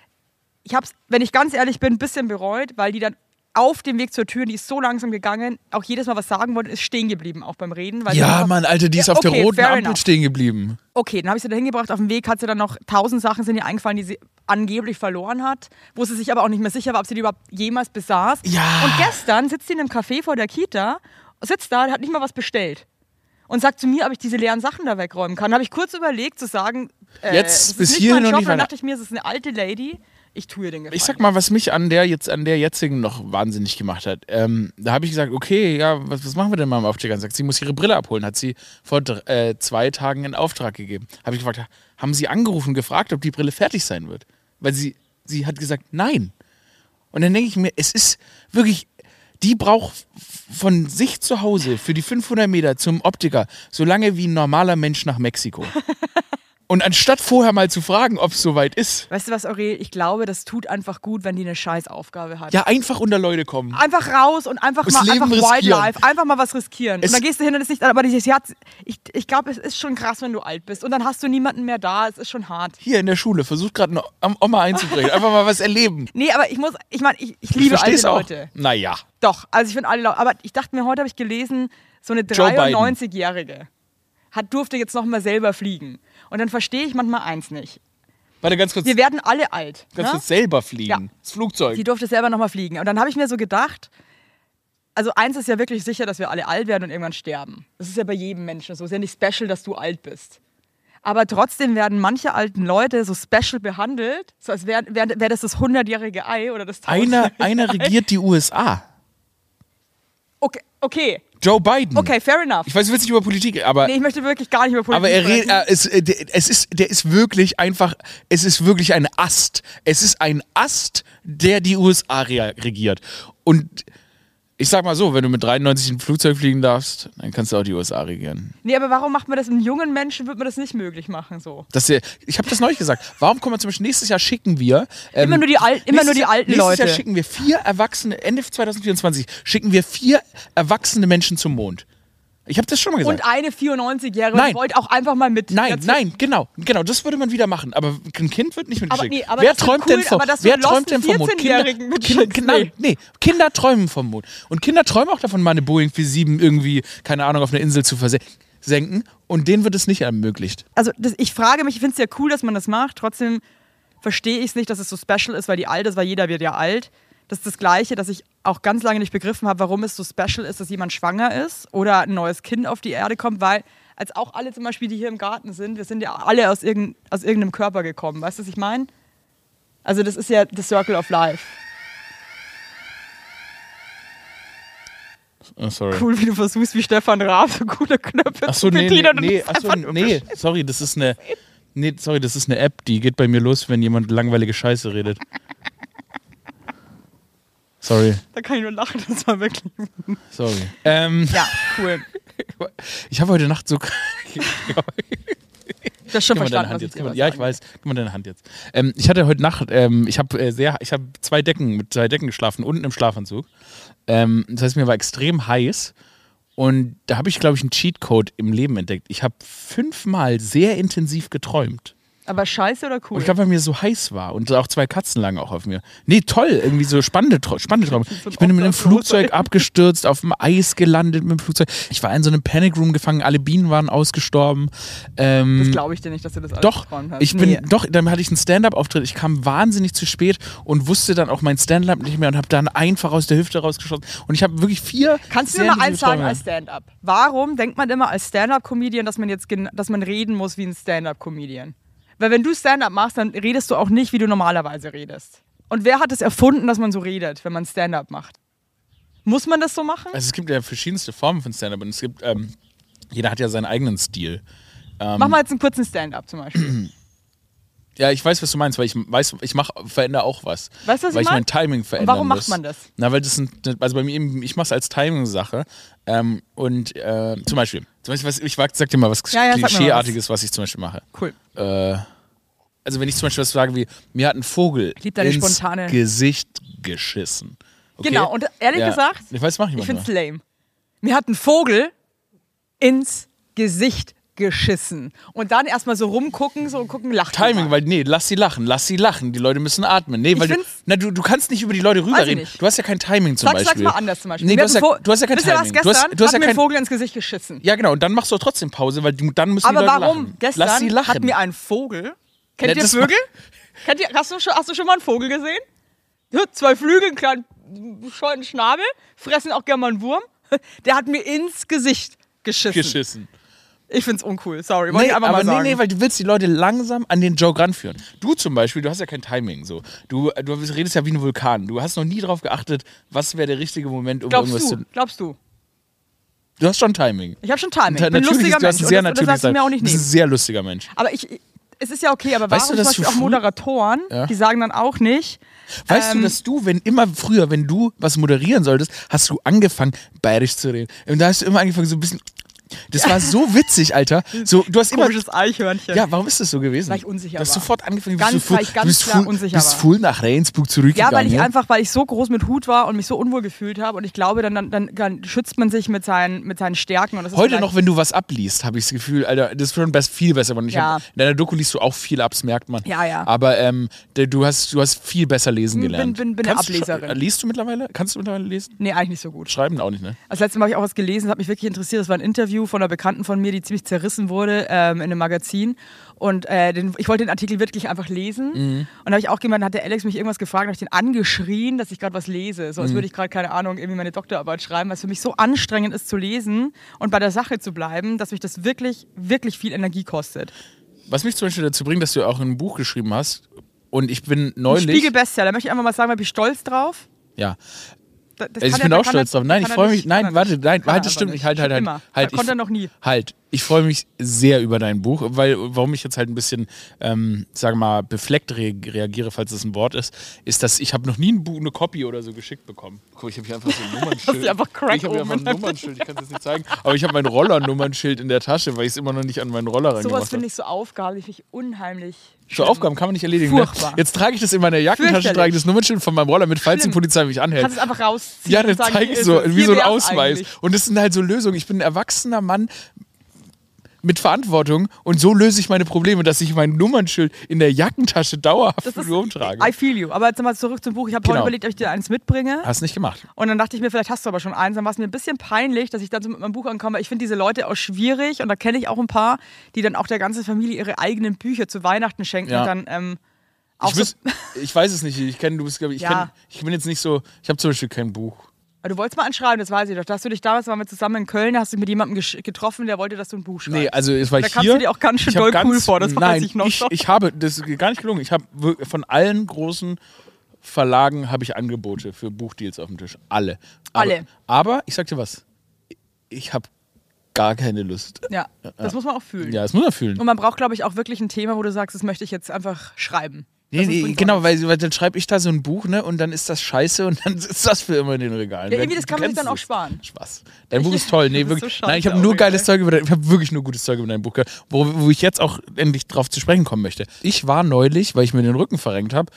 Speaker 2: Ich habe es, wenn ich ganz ehrlich bin, ein bisschen bereut, weil die dann auf dem Weg zur Tür, die ist so langsam gegangen, auch jedes Mal was sagen wollte, ist stehen geblieben, auch beim Reden. Weil sie
Speaker 1: Ja,
Speaker 2: einfach-
Speaker 1: Mann, Alter, die ist
Speaker 2: Ja,
Speaker 1: auf der
Speaker 2: okay,
Speaker 1: roten
Speaker 2: fair
Speaker 1: Ampel
Speaker 2: enough.
Speaker 1: stehen geblieben.
Speaker 2: Okay, dann habe ich sie da hingebracht. Auf dem Weg hat sie dann noch tausend Sachen sind ihr eingefallen, die sie angeblich verloren hat, wo sie sich aber auch nicht mehr sicher war, ob sie die überhaupt jemals besaß.
Speaker 1: Ja.
Speaker 2: Und gestern sitzt sie in einem Café vor der Kita, sitzt da, hat nicht mal was bestellt. und sagt zu mir, ob ich diese leeren Sachen da wegräumen kann. Da habe ich kurz überlegt zu sagen, äh,
Speaker 1: Jetzt
Speaker 2: das
Speaker 1: bis
Speaker 2: ist nicht
Speaker 1: hierhin
Speaker 2: mein
Speaker 1: noch
Speaker 2: Job.
Speaker 1: nicht
Speaker 2: Dann
Speaker 1: weiter.
Speaker 2: dachte ich mir, es ist eine alte Lady, ich tue ihr den Gefallen.
Speaker 1: Ich sag mal, was mich an der jetzt an der jetzigen noch wahnsinnig gemacht hat. Ähm, da habe ich gesagt, okay, ja, was, was machen wir denn mal im Aufstieg? Sagt, sie muss ihre Brille abholen. Hat sie vor äh, zwei Tagen in Auftrag gegeben. Habe ich gefragt, haben Sie angerufen und gefragt, ob die Brille fertig sein wird? Weil sie, sie hat gesagt, nein. Und dann denke ich mir, es ist wirklich, die braucht von sich zu Hause für die fünfhundert Meter zum Optiker so lange wie ein normaler Mensch nach Mexiko. Und anstatt vorher mal zu fragen, ob es soweit ist.
Speaker 2: Weißt du was, Aurel? Ich glaube, das tut einfach gut, wenn die eine Scheißaufgabe hat.
Speaker 1: Ja, einfach unter Leute kommen.
Speaker 2: Einfach raus und einfach
Speaker 1: Das
Speaker 2: mal
Speaker 1: Leben
Speaker 2: einfach
Speaker 1: riskieren.
Speaker 2: Wildlife, einfach mal was riskieren.
Speaker 1: Es-
Speaker 2: und dann gehst du hin und ist nicht, aber dieses Jahr, ich, ich glaube, es ist schon krass, wenn du alt bist und dann hast du niemanden mehr da, es ist schon hart.
Speaker 1: Hier in der Schule, versucht gerade eine Oma einzubrechen. Einfach mal was erleben.
Speaker 2: Nee, aber ich muss, ich meine, ich, ich
Speaker 1: Ich
Speaker 2: liebe alte
Speaker 1: versteh's auch.
Speaker 2: Leute.
Speaker 1: Naja.
Speaker 2: Doch, also ich finde alle Leute, aber ich dachte mir, heute habe ich gelesen, so eine
Speaker 1: Joe Biden.
Speaker 2: dreiundneunzigjährige hat, durfte jetzt noch mal selber fliegen. Und dann verstehe ich manchmal eins nicht.
Speaker 1: Warte, ganz kurz.
Speaker 2: Wir werden alle alt.
Speaker 1: Kannst
Speaker 2: ne?
Speaker 1: du selber fliegen?
Speaker 2: Ja.
Speaker 1: Das Flugzeug.
Speaker 2: Sie durfte selber noch mal fliegen. Und dann habe ich mir so gedacht, also eins ist ja wirklich sicher, dass wir alle alt werden und irgendwann sterben. Das ist ja bei jedem Menschen so. Es ist ja nicht special, dass du alt bist. Aber trotzdem werden manche alten Leute so special behandelt, so als wäre wär, wär das das hundertjährige Ei oder das
Speaker 1: Einer,
Speaker 2: tausendjährige
Speaker 1: einer
Speaker 2: Ei.
Speaker 1: regiert die U S A.
Speaker 2: Okay, okay,
Speaker 1: Joe Biden.
Speaker 2: okay, fair enough.
Speaker 1: Ich weiß, du willst nicht über Politik, aber,
Speaker 2: Nee, ich möchte wirklich gar nicht über Politik
Speaker 1: aber er redet,
Speaker 2: sprechen.
Speaker 1: er ist, äh, der- es ist, der ist wirklich einfach, es ist wirklich ein Ast. Es ist ein Ast, der die U S A re regiert. Und ich sag mal so, wenn du mit dreiundneunzig ein Flugzeug fliegen darfst, dann kannst du auch die U S A regieren.
Speaker 2: Nee, aber warum macht man das einem jungen Menschen, wird man das nicht möglich machen so?
Speaker 1: Dass wir, ich habe das neulich gesagt. Warum kommen wir zum Beispiel nächstes Jahr schicken wir ähm,
Speaker 2: Immer nur die Al- immer
Speaker 1: nächstes
Speaker 2: nur die
Speaker 1: Jahr-
Speaker 2: alten
Speaker 1: nächstes
Speaker 2: Leute.
Speaker 1: Jahr schicken wir vier erwachsene Ende zwanzig vierundzwanzig schicken wir vier erwachsene Menschen zum Mond. Ich habe das schon mal gesagt.
Speaker 2: Und eine vierundneunzigjährige
Speaker 1: Nein.
Speaker 2: wollte auch einfach mal mit.
Speaker 1: Nein,
Speaker 2: Jetzt-
Speaker 1: nein, genau, genau, das würde man wieder machen. Aber ein Kind wird nicht
Speaker 2: Aber
Speaker 1: mitgeschickt.
Speaker 2: nee, aber
Speaker 1: Wer
Speaker 2: das wird
Speaker 1: träumt
Speaker 2: cool,
Speaker 1: denn vom,
Speaker 2: aber dass du
Speaker 1: wer
Speaker 2: einen
Speaker 1: träumt denn
Speaker 2: losten
Speaker 1: vom Mond?
Speaker 2: vierzehnjährigen
Speaker 1: Kinder,
Speaker 2: mitschickst,
Speaker 1: Kinder, nein, nee, Kinder träumen vom Mond. Und Kinder träumen auch davon, mal eine Boeing vier sieben irgendwie, keine Ahnung, auf eine Insel zu versenken. Und denen wird es nicht ermöglicht.
Speaker 2: Also das, ich frage mich, ich finde es ja cool, dass man das macht. Trotzdem verstehe ich es nicht, dass es so special ist, weil die alt ist, weil jeder wird ja alt. Das ist das Gleiche, dass ich auch ganz lange nicht begriffen habe, warum es so special ist, dass jemand schwanger ist oder ein neues Kind auf die Erde kommt, weil als auch alle zum Beispiel, die hier im Garten sind, wir sind ja alle aus, irgend, aus irgendeinem Körper gekommen. Weißt du, was ich meine? Also das ist ja the circle of life.
Speaker 1: Oh, sorry.
Speaker 2: Cool, wie du versuchst, wie Stefan Raab so coole Knöpfe
Speaker 1: Achso,
Speaker 2: zu
Speaker 1: nee, nee,
Speaker 2: bedienen und
Speaker 1: nee,
Speaker 2: das
Speaker 1: achso,
Speaker 2: einfach nur
Speaker 1: nee, sorry, das ist eine. Nee, sorry, das ist eine App, die geht bei mir los, wenn jemand langweilige Scheiße redet. Sorry,
Speaker 2: Da kann ich nur lachen, das war wirklich.
Speaker 1: sorry. Ähm,
Speaker 2: Ja, cool.
Speaker 1: ich habe heute Nacht so.
Speaker 2: Du hast schon
Speaker 1: Gib mal deine
Speaker 2: verstanden,
Speaker 1: Hand
Speaker 2: was ich
Speaker 1: jetzt.
Speaker 2: dir
Speaker 1: Gib mal-
Speaker 2: was
Speaker 1: Ja, ich
Speaker 2: sagen
Speaker 1: weiß. Gib mal deine Hand jetzt. Ähm, ich hatte heute Nacht, ähm, ich habe äh, sehr, ich habe zwei Decken mit zwei Decken geschlafen, unten im Schlafanzug. Ähm, das heißt, mir war extrem heiß. Und da habe ich, glaube ich, einen Cheatcode im Leben entdeckt. Ich habe fünfmal sehr intensiv geträumt.
Speaker 2: Aber scheiße oder
Speaker 1: Und
Speaker 2: cool?
Speaker 1: ich glaube, weil mir so heiß war. Und auch zwei Katzen lagen auch auf mir. Nee, toll. Irgendwie so spannende, Trau- spannende Träume.
Speaker 2: So ein
Speaker 1: Ich bin mit einem
Speaker 2: Obdachloser.
Speaker 1: Flugzeug abgestürzt, auf dem Eis gelandet mit dem Flugzeug. Ich war in so einem Panic Room gefangen. Alle Bienen waren ausgestorben. Ähm,
Speaker 2: Das glaube ich dir nicht, dass du das alles
Speaker 1: Doch,
Speaker 2: geträumt hast.
Speaker 1: ich bin,
Speaker 2: Nee.
Speaker 1: doch, dann hatte ich einen Stand-Up-Auftritt. Ich kam wahnsinnig zu spät und wusste dann auch mein Stand-Up nicht mehr und habe dann einfach aus der Hüfte rausgeschossen. Und ich habe wirklich vier.
Speaker 2: Kannst du
Speaker 1: sehr
Speaker 2: mir mal eins
Speaker 1: intensive
Speaker 2: sagen
Speaker 1: Träume.
Speaker 2: als Stand-Up? Warum denkt man immer als Stand-Up-Comedian, dass man jetzt gen- dass man reden muss wie ein Stand-Up-Comedian? Weil wenn du Stand-Up machst, dann redest du auch nicht, wie du normalerweise redest. Und wer hat es erfunden, dass man so redet, wenn man Stand-Up macht? Muss man das so machen?
Speaker 1: Also es gibt ja verschiedenste Formen von Stand-Up und es gibt, ähm, jeder hat ja seinen eigenen Stil. Ähm,
Speaker 2: Mach mal jetzt einen kurzen Stand-Up zum Beispiel.
Speaker 1: Ja, ich weiß, was du meinst, weil ich weiß, ich mach, verändere auch was.
Speaker 2: Weißt du, was
Speaker 1: weil
Speaker 2: ich
Speaker 1: ich mein
Speaker 2: mein?
Speaker 1: Timing verändern
Speaker 2: warum macht
Speaker 1: muss.
Speaker 2: man das?
Speaker 1: Na, weil das sind, also bei mir eben, ich mache es als Timing-Sache. Ähm, und äh, zum Beispiel, zum Beispiel was, ich sag, sag dir mal was
Speaker 2: Ja, ja, sag mir mal
Speaker 1: Klischeeartiges, was ich zum Beispiel mache.
Speaker 2: Cool.
Speaker 1: Äh, also wenn ich zum Beispiel was sage wie, mir hat ein Vogel
Speaker 2: Ich lieb deine
Speaker 1: ins
Speaker 2: spontane-
Speaker 1: Gesicht geschissen. Okay?
Speaker 2: Genau, und ehrlich
Speaker 1: Ja.
Speaker 2: gesagt,
Speaker 1: Ich weiß, mach ich
Speaker 2: ich
Speaker 1: manchmal.
Speaker 2: find's lame. Mir hat ein Vogel ins Gesicht geschissen. Und dann erstmal so rumgucken, so gucken, lachen.
Speaker 1: Timing, weil, nee, lass sie lachen, lass sie lachen. Die Leute müssen atmen. Nee, weil du,
Speaker 2: find's-
Speaker 1: na, du, du kannst nicht über die Leute
Speaker 2: Weiß ich
Speaker 1: rüberreden.
Speaker 2: nicht.
Speaker 1: Du hast ja kein Timing zum
Speaker 2: Sag,
Speaker 1: Beispiel.
Speaker 2: sag's mal anders zum Beispiel.
Speaker 1: Nee,
Speaker 2: Mir
Speaker 1: du
Speaker 2: hat
Speaker 1: hast,
Speaker 2: ein
Speaker 1: ja,
Speaker 2: Vo-
Speaker 1: du hast ja kein
Speaker 2: Wisst ihr was,
Speaker 1: Timing.
Speaker 2: gestern
Speaker 1: du hast, du hast
Speaker 2: hat
Speaker 1: ja
Speaker 2: mir
Speaker 1: kein,
Speaker 2: ein Vogel ins Gesicht geschissen.
Speaker 1: Ja, genau, und dann machst du trotzdem Pause, weil du, dann müssen
Speaker 2: Aber
Speaker 1: die Leute
Speaker 2: warum?
Speaker 1: lachen.
Speaker 2: Gestern
Speaker 1: Lass sie lachen.
Speaker 2: hat mir ein Vogel. Kennt
Speaker 1: Ja,
Speaker 2: ihr
Speaker 1: das
Speaker 2: Vögel? Kennt ihr, hast, du schon, hast du schon mal einen Vogel gesehen? Ja, zwei Flügel, einen kleinen bescheuerten Schnabel, fressen auch gerne mal einen Wurm. Der hat mir ins Gesicht geschissen.
Speaker 1: geschissen.
Speaker 2: Ich find's uncool, sorry. Wollte
Speaker 1: Nee,
Speaker 2: ich einfach
Speaker 1: aber
Speaker 2: mal sagen.
Speaker 1: nee, nee, weil du willst die Leute langsam an den Joke ranführen. Du zum Beispiel, du hast ja kein Timing so. Du, du redest ja wie ein Vulkan. Du hast noch nie drauf geachtet, was wäre der richtige Moment, um
Speaker 2: Glaubst
Speaker 1: irgendwas
Speaker 2: du?
Speaker 1: zu...
Speaker 2: Glaubst du?
Speaker 1: Du hast schon Timing.
Speaker 2: Ich habe schon Timing. Ich bin ein
Speaker 1: Natürlich
Speaker 2: lustiger
Speaker 1: ist, du hast
Speaker 2: Mensch.
Speaker 1: ein sehr
Speaker 2: und das, das
Speaker 1: natürliches
Speaker 2: lass ich mir auch
Speaker 1: Sein.
Speaker 2: nicht
Speaker 1: Du bist ein
Speaker 2: nehmen.
Speaker 1: sehr lustiger Mensch.
Speaker 2: Aber ich, es ist ja okay, aber
Speaker 1: Weißt
Speaker 2: warum
Speaker 1: du,
Speaker 2: zum
Speaker 1: dass du
Speaker 2: Beispiel auch
Speaker 1: früh-
Speaker 2: Moderatoren,
Speaker 1: Ja.
Speaker 2: die sagen dann auch nicht,
Speaker 1: Weißt
Speaker 2: Ähm,
Speaker 1: du, dass du, wenn immer früher, wenn du was moderieren solltest, hast du angefangen, bayerisch zu reden. Und da hast du immer angefangen, so ein bisschen... Das war so witzig, Alter. So, du hast immer...
Speaker 2: komisches Eichhörnchen.
Speaker 1: Ja, warum ist das so gewesen?
Speaker 2: Weil ich unsicher
Speaker 1: Du hast
Speaker 2: war.
Speaker 1: sofort angefangen,
Speaker 2: Ganz,
Speaker 1: bist du full,
Speaker 2: weil ich ganz
Speaker 1: du bist
Speaker 2: klar
Speaker 1: full,
Speaker 2: unsicher
Speaker 1: bist
Speaker 2: war.
Speaker 1: full nach Regensburg zurückgegangen.
Speaker 2: Ja, weil ich
Speaker 1: ja?
Speaker 2: einfach, weil ich so groß mit Hut war und mich so unwohl gefühlt habe und ich glaube, dann, dann, dann, dann schützt man sich mit seinen, mit seinen Stärken. Und das ist
Speaker 1: Heute
Speaker 2: vielleicht-
Speaker 1: noch, wenn du was abliest, habe ich das Gefühl, Alter, das ist schon best, viel besser. Und ich
Speaker 2: Ja.
Speaker 1: hab, in deiner Doku liest du auch viel ab, das merkt man.
Speaker 2: Ja, ja.
Speaker 1: Aber ähm, de- du, hast, du hast viel besser lesen
Speaker 2: Bin-
Speaker 1: gelernt.
Speaker 2: bin- bin eine
Speaker 1: Kannst du schon-
Speaker 2: Ableserin.
Speaker 1: Liest du mittlerweile? Kannst du mittlerweile lesen?
Speaker 2: Nee, eigentlich nicht so gut.
Speaker 1: Schreiben auch nicht, ne?
Speaker 2: Das letzte Mal habe ich auch was gelesen, das hat mich wirklich interessiert. Das war ein Interview von einer Bekannten von mir, die ziemlich zerrissen wurde ähm, in einem Magazin. Und äh, den, ich wollte den Artikel wirklich einfach lesen.
Speaker 1: Mhm.
Speaker 2: Und da habe ich auch gemeint, hat der Alex mich irgendwas gefragt, habe ich den angeschrien, dass ich gerade was lese. So als
Speaker 1: Mhm.
Speaker 2: würde ich gerade, keine Ahnung, irgendwie meine Doktorarbeit schreiben, weil es für mich so anstrengend ist zu lesen und bei der Sache zu bleiben, dass mich das wirklich, wirklich viel Energie kostet.
Speaker 1: Was mich zum Beispiel dazu bringt, dass du auch ein Buch geschrieben hast. Und ich bin neulich...
Speaker 2: Spiegel-Bestseller, da möchte ich einfach mal sagen, da bin ich stolz drauf.
Speaker 1: Ja.
Speaker 2: Da- das
Speaker 1: Also
Speaker 2: kann
Speaker 1: ich bin
Speaker 2: er-
Speaker 1: auch
Speaker 2: kann
Speaker 1: stolz
Speaker 2: er-
Speaker 1: drauf. Nein, ich
Speaker 2: kann er
Speaker 1: freue
Speaker 2: nicht,
Speaker 1: mich. Nein,
Speaker 2: kann er
Speaker 1: warte,
Speaker 2: nicht.
Speaker 1: nein,
Speaker 2: Kann er
Speaker 1: halt, das
Speaker 2: einfach
Speaker 1: stimmt
Speaker 2: nicht.
Speaker 1: nicht. Halt, halt, halt.
Speaker 2: Immer.
Speaker 1: halt
Speaker 2: Da konnte
Speaker 1: ich,
Speaker 2: er noch nie.
Speaker 1: Halt, ich freue mich sehr über dein Buch, weil warum ich jetzt halt ein bisschen, ähm, sagen wir mal, befleckt re reagiere, falls das ein Wort ist, ist, dass ich habe noch nie ein Buch, eine Copy oder so geschickt bekommen. Guck, ich habe hier einfach so ein Nummernschild.
Speaker 2: Hast du einfach Crack
Speaker 1: ich habe hier
Speaker 2: oben
Speaker 1: einfach ein
Speaker 2: in der
Speaker 1: Nummernschild, ich kann es jetzt nicht zeigen. Aber ich habe mein Roller-Nummernschild in der Tasche, weil ich es immer noch nicht an meinen Roller
Speaker 2: Sowas
Speaker 1: reingemacht
Speaker 2: finde
Speaker 1: habe.
Speaker 2: ich so Aufgaben, die finde ich unheimlich.
Speaker 1: So
Speaker 2: schlimm.
Speaker 1: Aufgaben kann man nicht erledigen. Ne?
Speaker 2: Furchtbar.
Speaker 1: Jetzt trage ich das in meiner Jackentasche,
Speaker 2: Fürchterlich.
Speaker 1: trage ich das Nummernschild von meinem Roller mit, falls
Speaker 2: Schlimm.
Speaker 1: die Polizei mich anhält.
Speaker 2: Kannst es einfach rausziehen.
Speaker 1: Ja,
Speaker 2: und
Speaker 1: dann
Speaker 2: sagen,
Speaker 1: zeig
Speaker 2: hier
Speaker 1: ich
Speaker 2: ist
Speaker 1: so,
Speaker 2: es.
Speaker 1: wie
Speaker 2: Hier
Speaker 1: so ein
Speaker 2: wär's
Speaker 1: Ausweis.
Speaker 2: eigentlich.
Speaker 1: Und das sind halt so Lösungen. Ich bin ein erwachsener Mann mit Verantwortung und so löse ich meine Probleme, dass ich mein Nummernschild in der Jackentasche dauerhaft
Speaker 2: Das
Speaker 1: mit
Speaker 2: ist,
Speaker 1: mir rumtrage.
Speaker 2: I feel you. Aber jetzt mal zurück zum Buch. Ich habe
Speaker 1: Genau.
Speaker 2: heute überlegt, ob ich dir eins mitbringe.
Speaker 1: Hast nicht gemacht.
Speaker 2: Und dann dachte ich mir, vielleicht hast du aber schon eins. Dann war es mir ein bisschen peinlich, dass ich dann so mit meinem Buch ankomme. Ich finde diese Leute auch schwierig. Und da kenne ich auch ein paar, die dann auch der ganzen Familie ihre eigenen Bücher zu Weihnachten schenken.
Speaker 1: Ja.
Speaker 2: Und dann ähm, auch
Speaker 1: Ich,
Speaker 2: so,
Speaker 1: wüs- ich weiß es nicht. Ich kenne, du bist, glaub ich, ich,
Speaker 2: Ja.
Speaker 1: kenn, ich bin jetzt nicht so. Ich habe zum Beispiel kein Buch.
Speaker 2: Aber du wolltest mal anschreiben, das weiß ich doch. Da hast du dich damals, waren wir zusammen in Köln, da hast du dich mit jemandem gesch- getroffen, der wollte, dass du ein Buch schreibst.
Speaker 1: Nee, also es war
Speaker 2: Da
Speaker 1: ich
Speaker 2: kamst
Speaker 1: hier.
Speaker 2: du dir auch ganz schön
Speaker 1: ich hab
Speaker 2: doll
Speaker 1: ganz,
Speaker 2: cool vor, das weiß
Speaker 1: nein,
Speaker 2: ich noch
Speaker 1: ich,
Speaker 2: so.
Speaker 1: ich habe, das ist gar nicht gelungen. Ich habe wir- von allen großen Verlagen habe ich Angebote für Buchdeals auf dem Tisch. Alle. Aber,
Speaker 2: Alle.
Speaker 1: Aber ich sag dir was. Ich habe gar keine Lust.
Speaker 2: Ja, das muss man auch fühlen.
Speaker 1: Ja, das muss man fühlen.
Speaker 2: Und man braucht, glaube ich, auch wirklich ein Thema, wo du sagst, das möchte ich jetzt einfach schreiben.
Speaker 1: Nee,
Speaker 2: Das
Speaker 1: nee,
Speaker 2: bringt
Speaker 1: genau,
Speaker 2: auch
Speaker 1: weil, weil dann schreibe ich da so ein Buch, ne, und dann ist das scheiße und dann ist das für immer in den Regalen.
Speaker 2: Ja,
Speaker 1: Weil
Speaker 2: irgendwie, das
Speaker 1: du
Speaker 2: kann man sich
Speaker 1: kennst
Speaker 2: dann auch
Speaker 1: es.
Speaker 2: sparen.
Speaker 1: Spaß. Dein Buch ist toll. Nee,
Speaker 2: Das ist
Speaker 1: wirklich.
Speaker 2: so scheiße,
Speaker 1: Nein, ich habe
Speaker 2: aber
Speaker 1: nur
Speaker 2: geil.
Speaker 1: geiles Zeug über dein, ich habe wirklich nur gutes Zeug über dein Buch gehört, wo, wo ich jetzt auch endlich drauf zu sprechen kommen möchte. Ich war neulich, weil ich mir den Rücken verrenkt habe,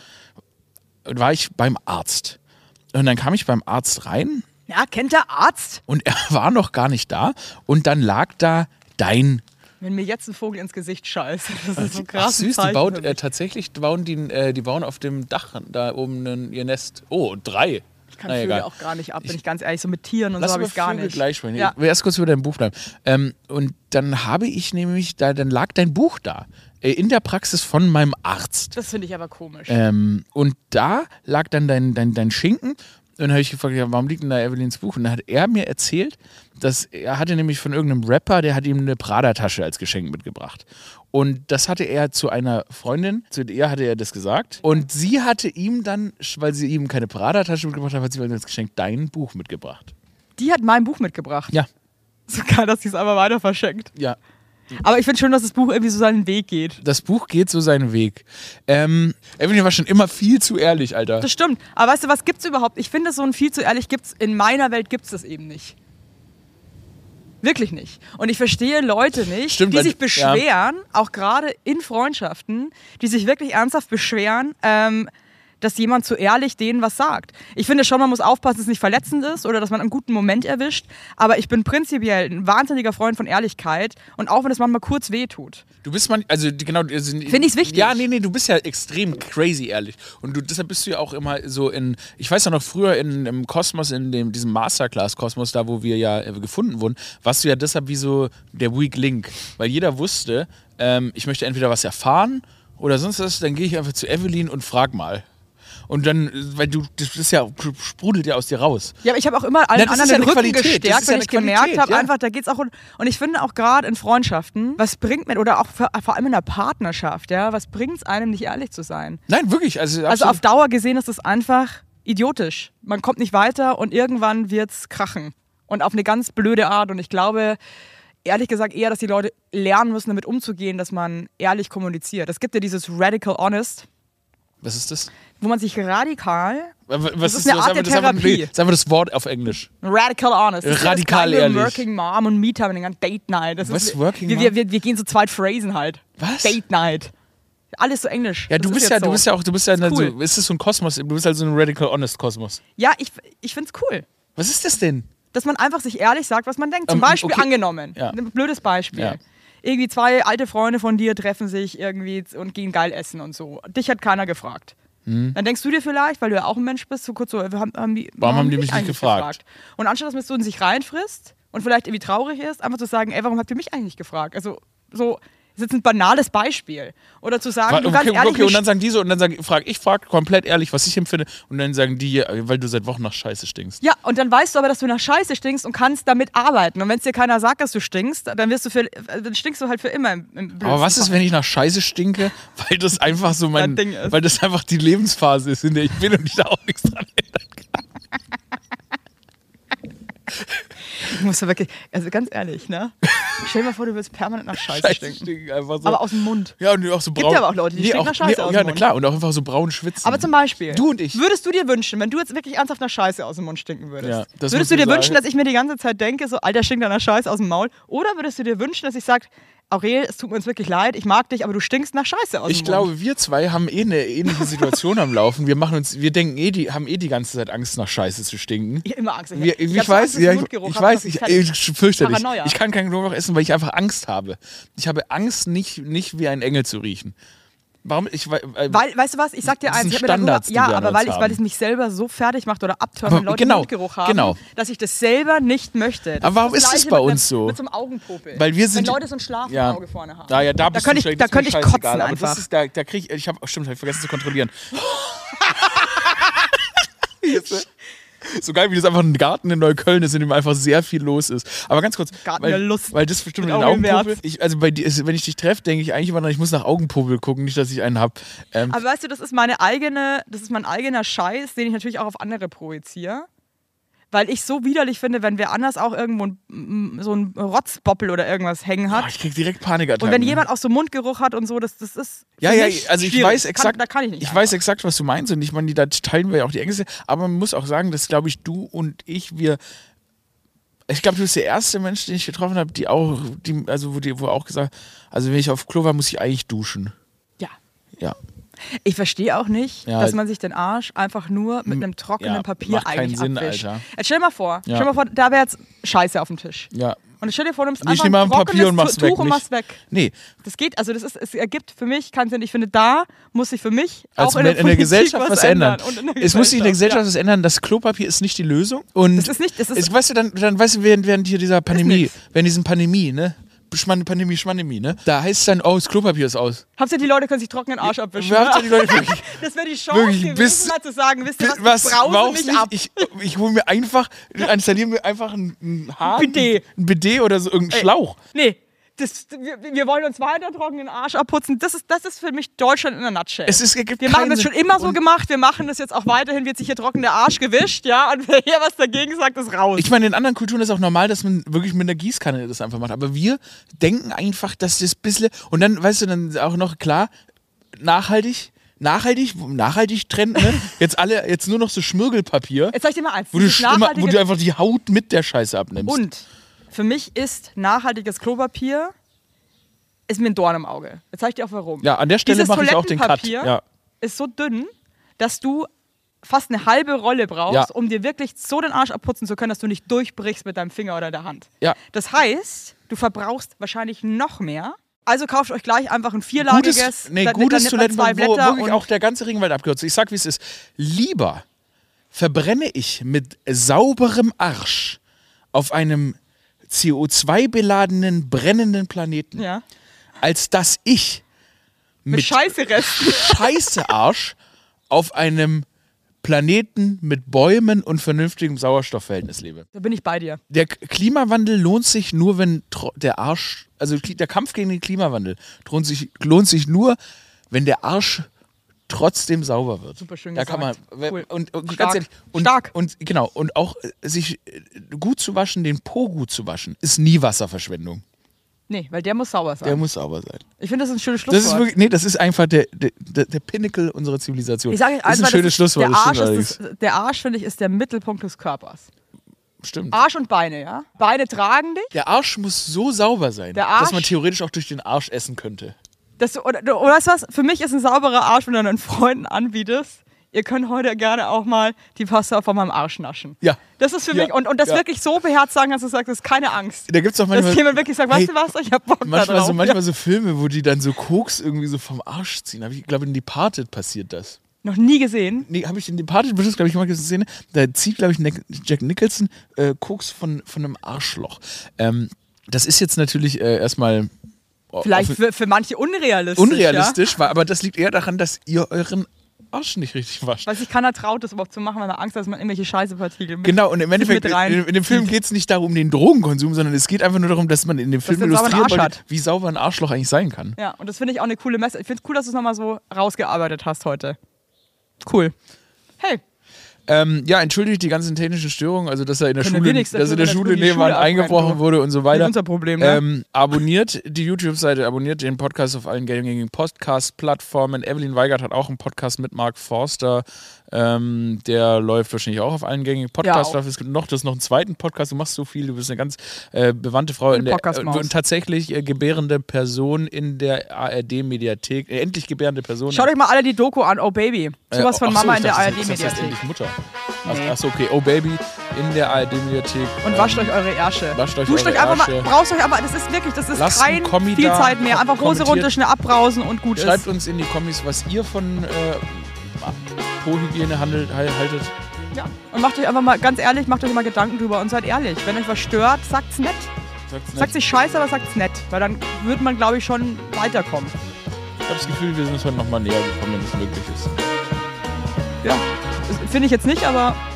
Speaker 1: war ich beim Arzt. Und dann kam ich beim Arzt rein
Speaker 2: Ja, kennt der Arzt?
Speaker 1: und er war noch gar nicht da und dann lag da dein
Speaker 2: Wenn mir jetzt ein Vogel ins Gesicht scheißt. Das ist so
Speaker 1: Ach
Speaker 2: krass.
Speaker 1: süß, die baut äh, tatsächlich bauen die, äh, die bauen auf dem Dach da oben ein, ihr Nest. Oh, drei.
Speaker 2: Ich kann
Speaker 1: Na,
Speaker 2: Vögel
Speaker 1: egal.
Speaker 2: auch gar nicht ab, bin ich ganz ehrlich. So mit Tieren und
Speaker 1: Lass
Speaker 2: so habe
Speaker 1: über
Speaker 2: ich gar
Speaker 1: Vögel
Speaker 2: nicht.
Speaker 1: gleich sprechen.
Speaker 2: Ja.
Speaker 1: Ich will erst kurz über dein Buch bleiben. Ähm, und dann habe ich nämlich, da, dann lag dein Buch da. Äh, in der Praxis von meinem Arzt.
Speaker 2: Das finde ich aber komisch.
Speaker 1: Ähm, und da lag dann dein, dein, dein Schinken. Und dann habe ich gefragt, ja, warum liegt denn da Evelyns Buch? Und dann hat er mir erzählt, dass er hatte nämlich von irgendeinem Rapper, der hat ihm eine Prada-Tasche als Geschenk mitgebracht. Und das hatte er zu einer Freundin, zu ihr hatte er das gesagt. Und sie hatte ihm dann, weil sie ihm keine Prada-Tasche mitgebracht hat, hat sie ihm als Geschenk dein Buch mitgebracht.
Speaker 2: Die hat mein Buch mitgebracht.
Speaker 1: Ja,
Speaker 2: So geil, dass sie es einfach weiter verschenkt.
Speaker 1: ja.
Speaker 2: Aber ich finde schön, dass das Buch irgendwie so seinen Weg geht.
Speaker 1: Das Buch geht so seinen Weg. Ähm, Evelyn war schon immer viel zu ehrlich, Alter.
Speaker 2: Das stimmt. Aber weißt du, was gibt's überhaupt? Ich finde, so ein viel zu ehrlich gibt's in meiner Welt gibt's das eben nicht. Wirklich nicht. Und ich verstehe Leute nicht,
Speaker 1: Stimmt,
Speaker 2: die
Speaker 1: weil-
Speaker 2: sich beschweren, auch gerade in Freundschaften, die sich wirklich ernsthaft beschweren, ähm, dass jemand zu ehrlich denen was sagt. Ich finde schon, man muss aufpassen, dass es nicht verletzend ist oder dass man einen guten Moment erwischt. Aber ich bin prinzipiell ein wahnsinniger Freund von Ehrlichkeit. Und auch wenn es manchmal kurz wehtut.
Speaker 1: Du bist man, also die- genau.
Speaker 2: Finde ich's wichtig.
Speaker 1: Ja, nee, nee, du bist ja extrem crazy ehrlich. Und du, deshalb bist du ja auch immer so in, ich weiß ja noch früher in, im Kosmos, in dem, diesem Masterclass-Kosmos, da wo wir ja äh, gefunden wurden, warst du ja deshalb wie so der Weak Link. Weil jeder wusste, ähm, ich möchte entweder was erfahren oder sonst was, dann gehe ich einfach zu Evelyn und frag mal. Und dann, weil du, das ist ja, sprudelt ja aus dir raus.
Speaker 2: Ja, aber ich habe auch immer allen
Speaker 1: Na,
Speaker 2: anderen
Speaker 1: ja
Speaker 2: den Rücken
Speaker 1: Qualität.
Speaker 2: gestärkt,
Speaker 1: Ja
Speaker 2: wenn ich gemerkt habe,
Speaker 1: ja.
Speaker 2: einfach, da geht's auch um, und ich finde auch gerade in Freundschaften, was bringt mir, oder auch für, vor allem in der Partnerschaft, ja, was bringt es einem, nicht ehrlich zu sein?
Speaker 1: Nein, wirklich. Also,
Speaker 2: Also auf Dauer gesehen ist das einfach idiotisch. Man kommt nicht weiter und irgendwann wird's krachen. Und auf eine ganz blöde Art. Und ich glaube, ehrlich gesagt eher, dass die Leute lernen müssen, damit umzugehen, dass man ehrlich kommuniziert. Es gibt ja dieses Radical Honest.
Speaker 1: Was ist das?
Speaker 2: Wo man sich radikal...
Speaker 1: Was
Speaker 2: das ist eine
Speaker 1: das?
Speaker 2: Art der
Speaker 1: Das einfach,
Speaker 2: Therapie.
Speaker 1: nee, sag mal das Wort auf Englisch.
Speaker 2: Radical Honest. Das
Speaker 1: Radikal
Speaker 2: ist das
Speaker 1: ehrlich.
Speaker 2: Working Mom und Me Time, den ganzen Date Night. Das
Speaker 1: Was,
Speaker 2: ist,
Speaker 1: Working
Speaker 2: wir,
Speaker 1: Mom?
Speaker 2: wir, wir, wir gehen so zweit Phrasen halt.
Speaker 1: Was?
Speaker 2: Date Night. Alles so Englisch.
Speaker 1: Ja,
Speaker 2: Das
Speaker 1: du
Speaker 2: ist
Speaker 1: bist
Speaker 2: jetzt
Speaker 1: ja,
Speaker 2: so.
Speaker 1: du bist ja auch, du bist ja,
Speaker 2: Ist cool.
Speaker 1: so, ist das so ein Kosmos, du bist halt so ein Radical Honest Kosmos.
Speaker 2: Ja, ich, ich find's cool.
Speaker 1: Was ist das denn?
Speaker 2: Dass man einfach sich ehrlich sagt, was man denkt. Zum
Speaker 1: Ähm,
Speaker 2: Beispiel
Speaker 1: okay.
Speaker 2: angenommen.
Speaker 1: Ja.
Speaker 2: Ein blödes Beispiel.
Speaker 1: Ja.
Speaker 2: Irgendwie zwei alte Freunde von dir treffen sich irgendwie und gehen geil essen und so. Dich hat keiner gefragt.
Speaker 1: Hm.
Speaker 2: Dann denkst du dir vielleicht, weil du ja auch ein Mensch bist, so kurz so, wir haben, haben die,
Speaker 1: Warum haben die mich nicht
Speaker 2: eigentlich
Speaker 1: gefragt?
Speaker 2: Und anstatt dass man so in sich reinfrisst und vielleicht irgendwie traurig ist, einfach zu sagen, ey, warum habt ihr mich eigentlich nicht gefragt? Also so, das ist jetzt ein banales Beispiel. Oder zu sagen,
Speaker 1: Wa-
Speaker 2: du
Speaker 1: Okay,
Speaker 2: ganz
Speaker 1: okay,
Speaker 2: ehrlich,
Speaker 1: okay, und
Speaker 2: mich-
Speaker 1: dann sagen die so, und dann sag, frag ich frag komplett ehrlich, was ich empfinde, und dann sagen die, äh, weil du seit Wochen nach Scheiße stinkst.
Speaker 2: ja, und dann weißt du aber, dass du nach Scheiße stinkst und kannst damit arbeiten. Und wenn es dir keiner sagt, dass du stinkst, dann wirst du für, dann stinkst du halt für immer im, im
Speaker 1: Aber was ist,
Speaker 2: blödsten
Speaker 1: wenn ich nach Scheiße stinke, weil das einfach so mein,
Speaker 2: Dein Ding ist.
Speaker 1: weil das einfach die Lebensphase ist, in der ich bin und ich da auch nichts dran ändern kann.
Speaker 2: Ich muss wirklich, also ganz ehrlich, ne? Stell dir mal vor, du willst permanent nach Scheiße,
Speaker 1: Scheiße
Speaker 2: stinken.
Speaker 1: stinken einfach so.
Speaker 2: Aber aus dem Mund.
Speaker 1: Ja, und auch so braun.
Speaker 2: Gibt ja aber auch Leute, die stinken nach Scheiße aus dem
Speaker 1: Ja, na
Speaker 2: Mund.
Speaker 1: klar, und auch einfach so braun schwitzen.
Speaker 2: Aber zum Beispiel,
Speaker 1: Du und ich.
Speaker 2: würdest du dir wünschen, wenn du jetzt wirklich ernsthaft nach Scheiße aus dem Mund stinken würdest,
Speaker 1: Ja, das
Speaker 2: würdest
Speaker 1: musst
Speaker 2: du
Speaker 1: du
Speaker 2: dir wünschen,
Speaker 1: sagen.
Speaker 2: dass ich mir die ganze Zeit denke, so, Alter, stinkt nach Scheiße aus dem Maul? Oder würdest du dir wünschen, dass ich sage, Aurel, es tut mir uns wirklich leid, ich mag dich, aber du stinkst nach Scheiße aus
Speaker 1: Ich
Speaker 2: dem Mund?
Speaker 1: glaube, wir zwei haben eh eine ähnliche Situation am Laufen. Wir machen uns, wir denken eh, die haben eh die ganze Zeit Angst, nach Scheiße zu stinken.
Speaker 2: Ich hab immer Angst. Ich,
Speaker 1: Wir, ich,
Speaker 2: hab so
Speaker 1: weiß,
Speaker 2: Angst, dass
Speaker 1: ja,
Speaker 2: ich
Speaker 1: ich,
Speaker 2: Mundgeruch
Speaker 1: ich
Speaker 2: hab,
Speaker 1: weiß,
Speaker 2: dass
Speaker 1: ich,
Speaker 2: fertig-
Speaker 1: ich fürchterlich.
Speaker 2: Paranoia.
Speaker 1: Ich kann keinen Knoblauch essen, weil ich einfach Angst habe. Ich habe Angst, nicht, nicht wie ein Engel zu riechen. Warum? Ich, weil,
Speaker 2: Weil, weißt du was, ich sag dir
Speaker 1: Das
Speaker 2: eins,
Speaker 1: sind
Speaker 2: ich hab mir darüber,
Speaker 1: Standards, die
Speaker 2: ja,
Speaker 1: wir
Speaker 2: aber
Speaker 1: an
Speaker 2: weil
Speaker 1: uns
Speaker 2: ich, weil
Speaker 1: haben.
Speaker 2: es mich selber so fertig macht oder abtönt,
Speaker 1: Aber
Speaker 2: wenn Leute
Speaker 1: genau,
Speaker 2: Mundgeruch haben,
Speaker 1: genau.
Speaker 2: dass ich das selber nicht möchte. Das
Speaker 1: Aber warum ist
Speaker 2: Gleiche
Speaker 1: es bei
Speaker 2: mit
Speaker 1: uns
Speaker 2: einem,
Speaker 1: so?
Speaker 2: Mit so einem Augenpopel.
Speaker 1: Weil wir sind-
Speaker 2: wenn Leute so ein Schlaf
Speaker 1: ja.
Speaker 2: im Auge vorne haben.
Speaker 1: Ah, ja, da bist
Speaker 2: könnte
Speaker 1: du
Speaker 2: ich,
Speaker 1: schlecht,
Speaker 2: da
Speaker 1: das ist mir
Speaker 2: könnte ich
Speaker 1: scheißegal,
Speaker 2: kotzen
Speaker 1: aber
Speaker 2: einfach.
Speaker 1: Das ist, da, da krieg ich, ich habe, stimmt, hab ich vergessen zu kontrollieren. Jetzt, so geil, wie das einfach ein Garten in Neukölln ist, in dem einfach sehr viel los ist. Aber ganz kurz,
Speaker 2: Garten
Speaker 1: weil,
Speaker 2: der Lust.
Speaker 1: weil das bestimmt
Speaker 2: Mit
Speaker 1: mit den
Speaker 2: Augen im
Speaker 1: Augenpopel.
Speaker 2: Herz.
Speaker 1: Ich, also bei dir, ist- wenn ich dich treffe, denke ich eigentlich immer noch, ich muss nach Augenpopel gucken, nicht, dass ich einen habe. Ähm,
Speaker 2: Aber weißt du, das ist meine eigene, das ist mein eigener Scheiß, den ich natürlich auch auf andere projiziere. Weil ich so widerlich finde, wenn wer anders auch irgendwo ein, m- so ein Rotzboppel oder irgendwas hängen hat.
Speaker 1: oh, ich krieg direkt Panikattacken.
Speaker 2: Und wenn jemand auch so Mundgeruch hat und so, das, das ist.
Speaker 1: Ja,
Speaker 2: für
Speaker 1: ja,
Speaker 2: mich
Speaker 1: also ich
Speaker 2: schwierig.
Speaker 1: weiß exakt,
Speaker 2: Kann, da kann ich nicht.
Speaker 1: ich
Speaker 2: einfach.
Speaker 1: weiß exakt, was du meinst und ich meine, da teilen wir ja auch die Ängste, aber man muss auch sagen, dass, glaube ich, du und ich, wir, ich glaube, du bist der erste Mensch, den ich getroffen habe, die auch, die, also wo, die, wo auch gesagt, also wenn ich auf Klo war, muss ich eigentlich duschen.
Speaker 2: Ja.
Speaker 1: Ja.
Speaker 2: Ich verstehe auch nicht,
Speaker 1: Ja.
Speaker 2: dass man sich den Arsch einfach nur mit einem trockenen
Speaker 1: Ja,
Speaker 2: Papier
Speaker 1: macht keinen
Speaker 2: eigentlich
Speaker 1: Sinn,
Speaker 2: abwischt.
Speaker 1: Alter.
Speaker 2: Jetzt stell dir mal vor,
Speaker 1: Ja.
Speaker 2: stell dir mal vor, da wäre jetzt Scheiße auf dem Tisch.
Speaker 1: Ja.
Speaker 2: Und jetzt stell dir vor, du nimmst
Speaker 1: Ich
Speaker 2: einfach
Speaker 1: nehme mal
Speaker 2: ein
Speaker 1: ein Papier
Speaker 2: trockenes
Speaker 1: und mach's
Speaker 2: Tuch
Speaker 1: weg.
Speaker 2: und
Speaker 1: Nicht-
Speaker 2: mach's weg.
Speaker 1: Nee,
Speaker 2: Das geht, also das ist, es ergibt für mich keinen Sinn. Ich finde, da muss sich für mich
Speaker 1: also
Speaker 2: auch in der,
Speaker 1: in der
Speaker 2: Politik
Speaker 1: Gesellschaft was ändern.
Speaker 2: Und in der
Speaker 1: Es muss sich in der Gesellschaft
Speaker 2: ja.
Speaker 1: was ändern. Das Klopapier ist nicht die Lösung. Und
Speaker 2: Das ist nicht, das ist,
Speaker 1: es, weißt du, dann, dann weißt du, während, während hier dieser Pandemie,
Speaker 2: nix.
Speaker 1: während diesen Pandemie, ne? Schmann, Pandemie, Schmandemie, ne? Da heißt es dann, oh, das Klopapier ist aus.
Speaker 2: Hauptsache die Leute können sich trockenen Arsch abwischen.
Speaker 1: Hauptsache die Leute wirklich,
Speaker 2: Das wäre die Chance
Speaker 1: wirklich
Speaker 2: gewesen,
Speaker 1: bis-
Speaker 2: mal zu sagen, wisst ihr was,
Speaker 1: was,
Speaker 2: ich brause
Speaker 1: brauchst
Speaker 2: mich
Speaker 1: nicht?
Speaker 2: ab.
Speaker 1: Ich, ich hole mir einfach, installiere mir einfach ein, ein Hahn,
Speaker 2: Bidet.
Speaker 1: ein Bidet oder so irgendeinen
Speaker 2: Ey.
Speaker 1: Schlauch.
Speaker 2: Nee, das, wir, wir wollen uns weiter trockenen Arsch abputzen. Das ist, das ist für mich Deutschland in der Nutshell.
Speaker 1: Es ist, es gibt
Speaker 2: wir machen
Speaker 1: keinen
Speaker 2: das schon
Speaker 1: Sinn.
Speaker 2: immer so
Speaker 1: Und
Speaker 2: gemacht, wir machen das jetzt auch weiterhin, wird sich hier trocken der Arsch gewischt, ja, und wer hier was dagegen sagt, ist raus.
Speaker 1: Ich meine, in anderen Kulturen ist auch normal, dass man wirklich mit einer Gießkanne das einfach macht. Aber wir denken einfach, dass das bisschen. Und dann, weißt du, dann auch noch klar, nachhaltig, nachhaltig, nachhaltig Trend, ne? Jetzt alle, jetzt nur noch so Schmirgelpapier,
Speaker 2: Jetzt sag ich dir mal eins,
Speaker 1: wo du,
Speaker 2: dieses
Speaker 1: immer, wo
Speaker 2: nachhaltige-
Speaker 1: du einfach die Haut mit der Scheiße abnimmst.
Speaker 2: Und für mich ist nachhaltiges Klopapier ist mir ein Dorn im Auge. Jetzt zeig ich dir auch warum.
Speaker 1: Ja, an der Stelle
Speaker 2: Dieses
Speaker 1: mache ich auch den Cut.
Speaker 2: Toilettenpapier
Speaker 1: Ja.
Speaker 2: ist so dünn, dass du fast eine halbe Rolle brauchst,
Speaker 1: Ja.
Speaker 2: um dir wirklich so den Arsch abputzen zu können, dass du nicht durchbrichst mit deinem Finger oder der Hand.
Speaker 1: Ja.
Speaker 2: Das heißt, du verbrauchst wahrscheinlich noch mehr. Also kauft euch gleich einfach ein vierlagiges,
Speaker 1: Gutes, nee,
Speaker 2: dann,
Speaker 1: gutes
Speaker 2: dann nimmt man zwei
Speaker 1: Toilettenpapier, wo
Speaker 2: Blätter
Speaker 1: wirklich
Speaker 2: und
Speaker 1: auch der ganze Regenwald abkürzt. Ich sag, wie es ist. Lieber verbrenne ich mit sauberem Arsch auf einem C O zwei beladenen, brennenden Planeten,
Speaker 2: ja,
Speaker 1: als dass ich
Speaker 2: mit,
Speaker 1: mit
Speaker 2: Scheißeresten.
Speaker 1: Scheiße Arsch auf einem Planeten mit Bäumen und vernünftigem Sauerstoffverhältnis lebe.
Speaker 2: Da bin ich bei dir.
Speaker 1: Der K- Klimawandel lohnt sich nur, wenn tro- der Arsch, also Kli- der Kampf gegen den Klimawandel lohnt sich, lohnt sich nur, wenn der Arsch trotzdem sauber wird.
Speaker 2: Super schön
Speaker 1: da
Speaker 2: gesagt.
Speaker 1: kann man
Speaker 2: Cool.
Speaker 1: und, und
Speaker 2: Stark.
Speaker 1: ganz ehrlich, und,
Speaker 2: Stark.
Speaker 1: und genau und auch äh, sich äh, gut zu waschen, den Po gut zu waschen, ist nie Wasserverschwendung.
Speaker 2: Nee, weil der muss sauber sein.
Speaker 1: Der muss sauber sein.
Speaker 2: Ich finde, das ist ein schönes
Speaker 1: Das ist
Speaker 2: Schlusswort.
Speaker 1: wirklich, nee, das ist einfach der, der, der, der Pinnacle unserer Zivilisation.
Speaker 2: Ich sage
Speaker 1: das ist ein schönes Schlusswort.
Speaker 2: Der
Speaker 1: das
Speaker 2: Arsch,
Speaker 1: stimmt
Speaker 2: ist
Speaker 1: allerdings.
Speaker 2: das, der Arsch, finde ich, ist der Mittelpunkt des Körpers.
Speaker 1: Stimmt.
Speaker 2: Arsch und Beine, ja? Beine tragen dich.
Speaker 1: Der Arsch muss so sauber sein,
Speaker 2: Der Arsch-
Speaker 1: dass man theoretisch auch durch den Arsch essen könnte.
Speaker 2: Das, oder, oder weißt du was? Für mich ist ein sauberer Arsch, wenn du deinen Freunden anbietest, ihr könnt heute gerne auch mal die Pasta von meinem Arsch naschen.
Speaker 1: Ja.
Speaker 2: Das ist für
Speaker 1: Ja.
Speaker 2: mich, und, und das
Speaker 1: Ja.
Speaker 2: wirklich so beherzt sagen, dass du sagst, das ist keine Angst.
Speaker 1: Da gibt es auch manchmal,
Speaker 2: Dass jemand wirklich sagt, weißt
Speaker 1: hey,
Speaker 2: du was, ich hab Bock da
Speaker 1: manchmal,
Speaker 2: drauf.
Speaker 1: so, manchmal so Filme, wo die dann so Koks irgendwie so vom Arsch ziehen. Hab ich glaube, in Departed passiert das.
Speaker 2: Noch nie gesehen.
Speaker 1: Nee, habe ich in Departed bestimmt, glaube ich, mal gesehen. Da zieht, glaube ich, Nick- Jack Nicholson äh, Koks von, von einem Arschloch. Ähm, das ist jetzt natürlich äh, erstmal o-
Speaker 2: Vielleicht
Speaker 1: offen-
Speaker 2: für, für manche unrealistisch.
Speaker 1: unrealistisch, war, aber das liegt eher daran, dass ihr euren Arsch nicht richtig wascht.
Speaker 2: Ja? Weil sich keiner traut, das überhaupt zu machen, weil man Angst hat, dass man irgendwelche Scheißepartikel mit.
Speaker 1: Genau, und im Endeffekt,
Speaker 2: mit rein.
Speaker 1: in, in dem Film geht es nicht darum, um den Drogenkonsum, sondern es geht einfach nur darum, dass man in dem Film
Speaker 2: der einen sauberen
Speaker 1: illustrieren
Speaker 2: Arsch
Speaker 1: wollte,
Speaker 2: hat.
Speaker 1: wie sauber ein Arschloch eigentlich sein kann.
Speaker 2: Ja, und das finde ich auch eine coole Message. Ich finde es cool, dass du es nochmal so rausgearbeitet hast heute. Cool. Hey,
Speaker 1: Ähm, ja, entschuldigt die ganzen technischen Störungen, also dass er in der
Speaker 2: Können wir
Speaker 1: Schule,
Speaker 2: wenigstens
Speaker 1: dass in der
Speaker 2: dafür,
Speaker 1: Schule
Speaker 2: dass die
Speaker 1: nebenan
Speaker 2: Schule
Speaker 1: eingebrochen
Speaker 2: abbrennt,
Speaker 1: wurde und so
Speaker 2: nicht
Speaker 1: weiter.
Speaker 2: unser Problem, ne?
Speaker 1: Ähm, abonniert die YouTube-Seite, abonniert den Podcast auf allen gängigen Podcast-Plattformen. Evelyn Weigert hat auch einen Podcast mit Mark Forster. Ähm, der läuft wahrscheinlich auch auf allen gängigen Podcasts.
Speaker 2: Ja, auch.
Speaker 1: Es gibt noch, das ist noch einen zweiten Podcast. Du machst so viel, du bist eine ganz äh, bewandte Frau. In der,
Speaker 2: Podcast-Maus.
Speaker 1: und tatsächlich äh, gebärende Person in der A R D-Mediathek. Äh, endlich gebärende Person.
Speaker 2: Schaut euch mal alle die Doku an, Oh Baby. Sowas von
Speaker 1: Äh, ach so,
Speaker 2: Mama
Speaker 1: ich
Speaker 2: in der
Speaker 1: dachte,
Speaker 2: A R
Speaker 1: das heißt
Speaker 2: D-Mediathek.
Speaker 1: endlich Mutter. Ach,
Speaker 2: Nee.
Speaker 1: Achso, okay. Oh Baby in der A R D-Mediathek.
Speaker 2: Und wascht euch eure Ärsche.
Speaker 1: wascht euch
Speaker 2: Duscht
Speaker 1: eure
Speaker 2: euch einfach
Speaker 1: Ärsche.
Speaker 2: mal, braucht euch einfach, das ist wirklich, das ist
Speaker 1: Lasst
Speaker 2: kein
Speaker 1: einen Kommi
Speaker 2: viel
Speaker 1: da,
Speaker 2: Zeit mehr.
Speaker 1: kom-
Speaker 2: Einfach Hose
Speaker 1: kommentiert.
Speaker 2: runter, schnell abbrausen und gut
Speaker 1: Schreibt
Speaker 2: ist.
Speaker 1: uns in die Kommis, was ihr von äh, Pro-Hygiene handelt, hal- haltet.
Speaker 2: Ja. Und macht euch einfach mal, ganz ehrlich, macht euch mal Gedanken drüber und seid ehrlich. Wenn euch was stört, sagt's nett.
Speaker 1: Sagt's
Speaker 2: Sagt sich scheiße, aber sagt's nett. Weil dann wird man, glaube ich, schon weiterkommen.
Speaker 1: Ich habe das Gefühl, wir sind uns heute nochmal näher gekommen, wenn es möglich ist.
Speaker 2: Ja. Das finde ich jetzt nicht, aber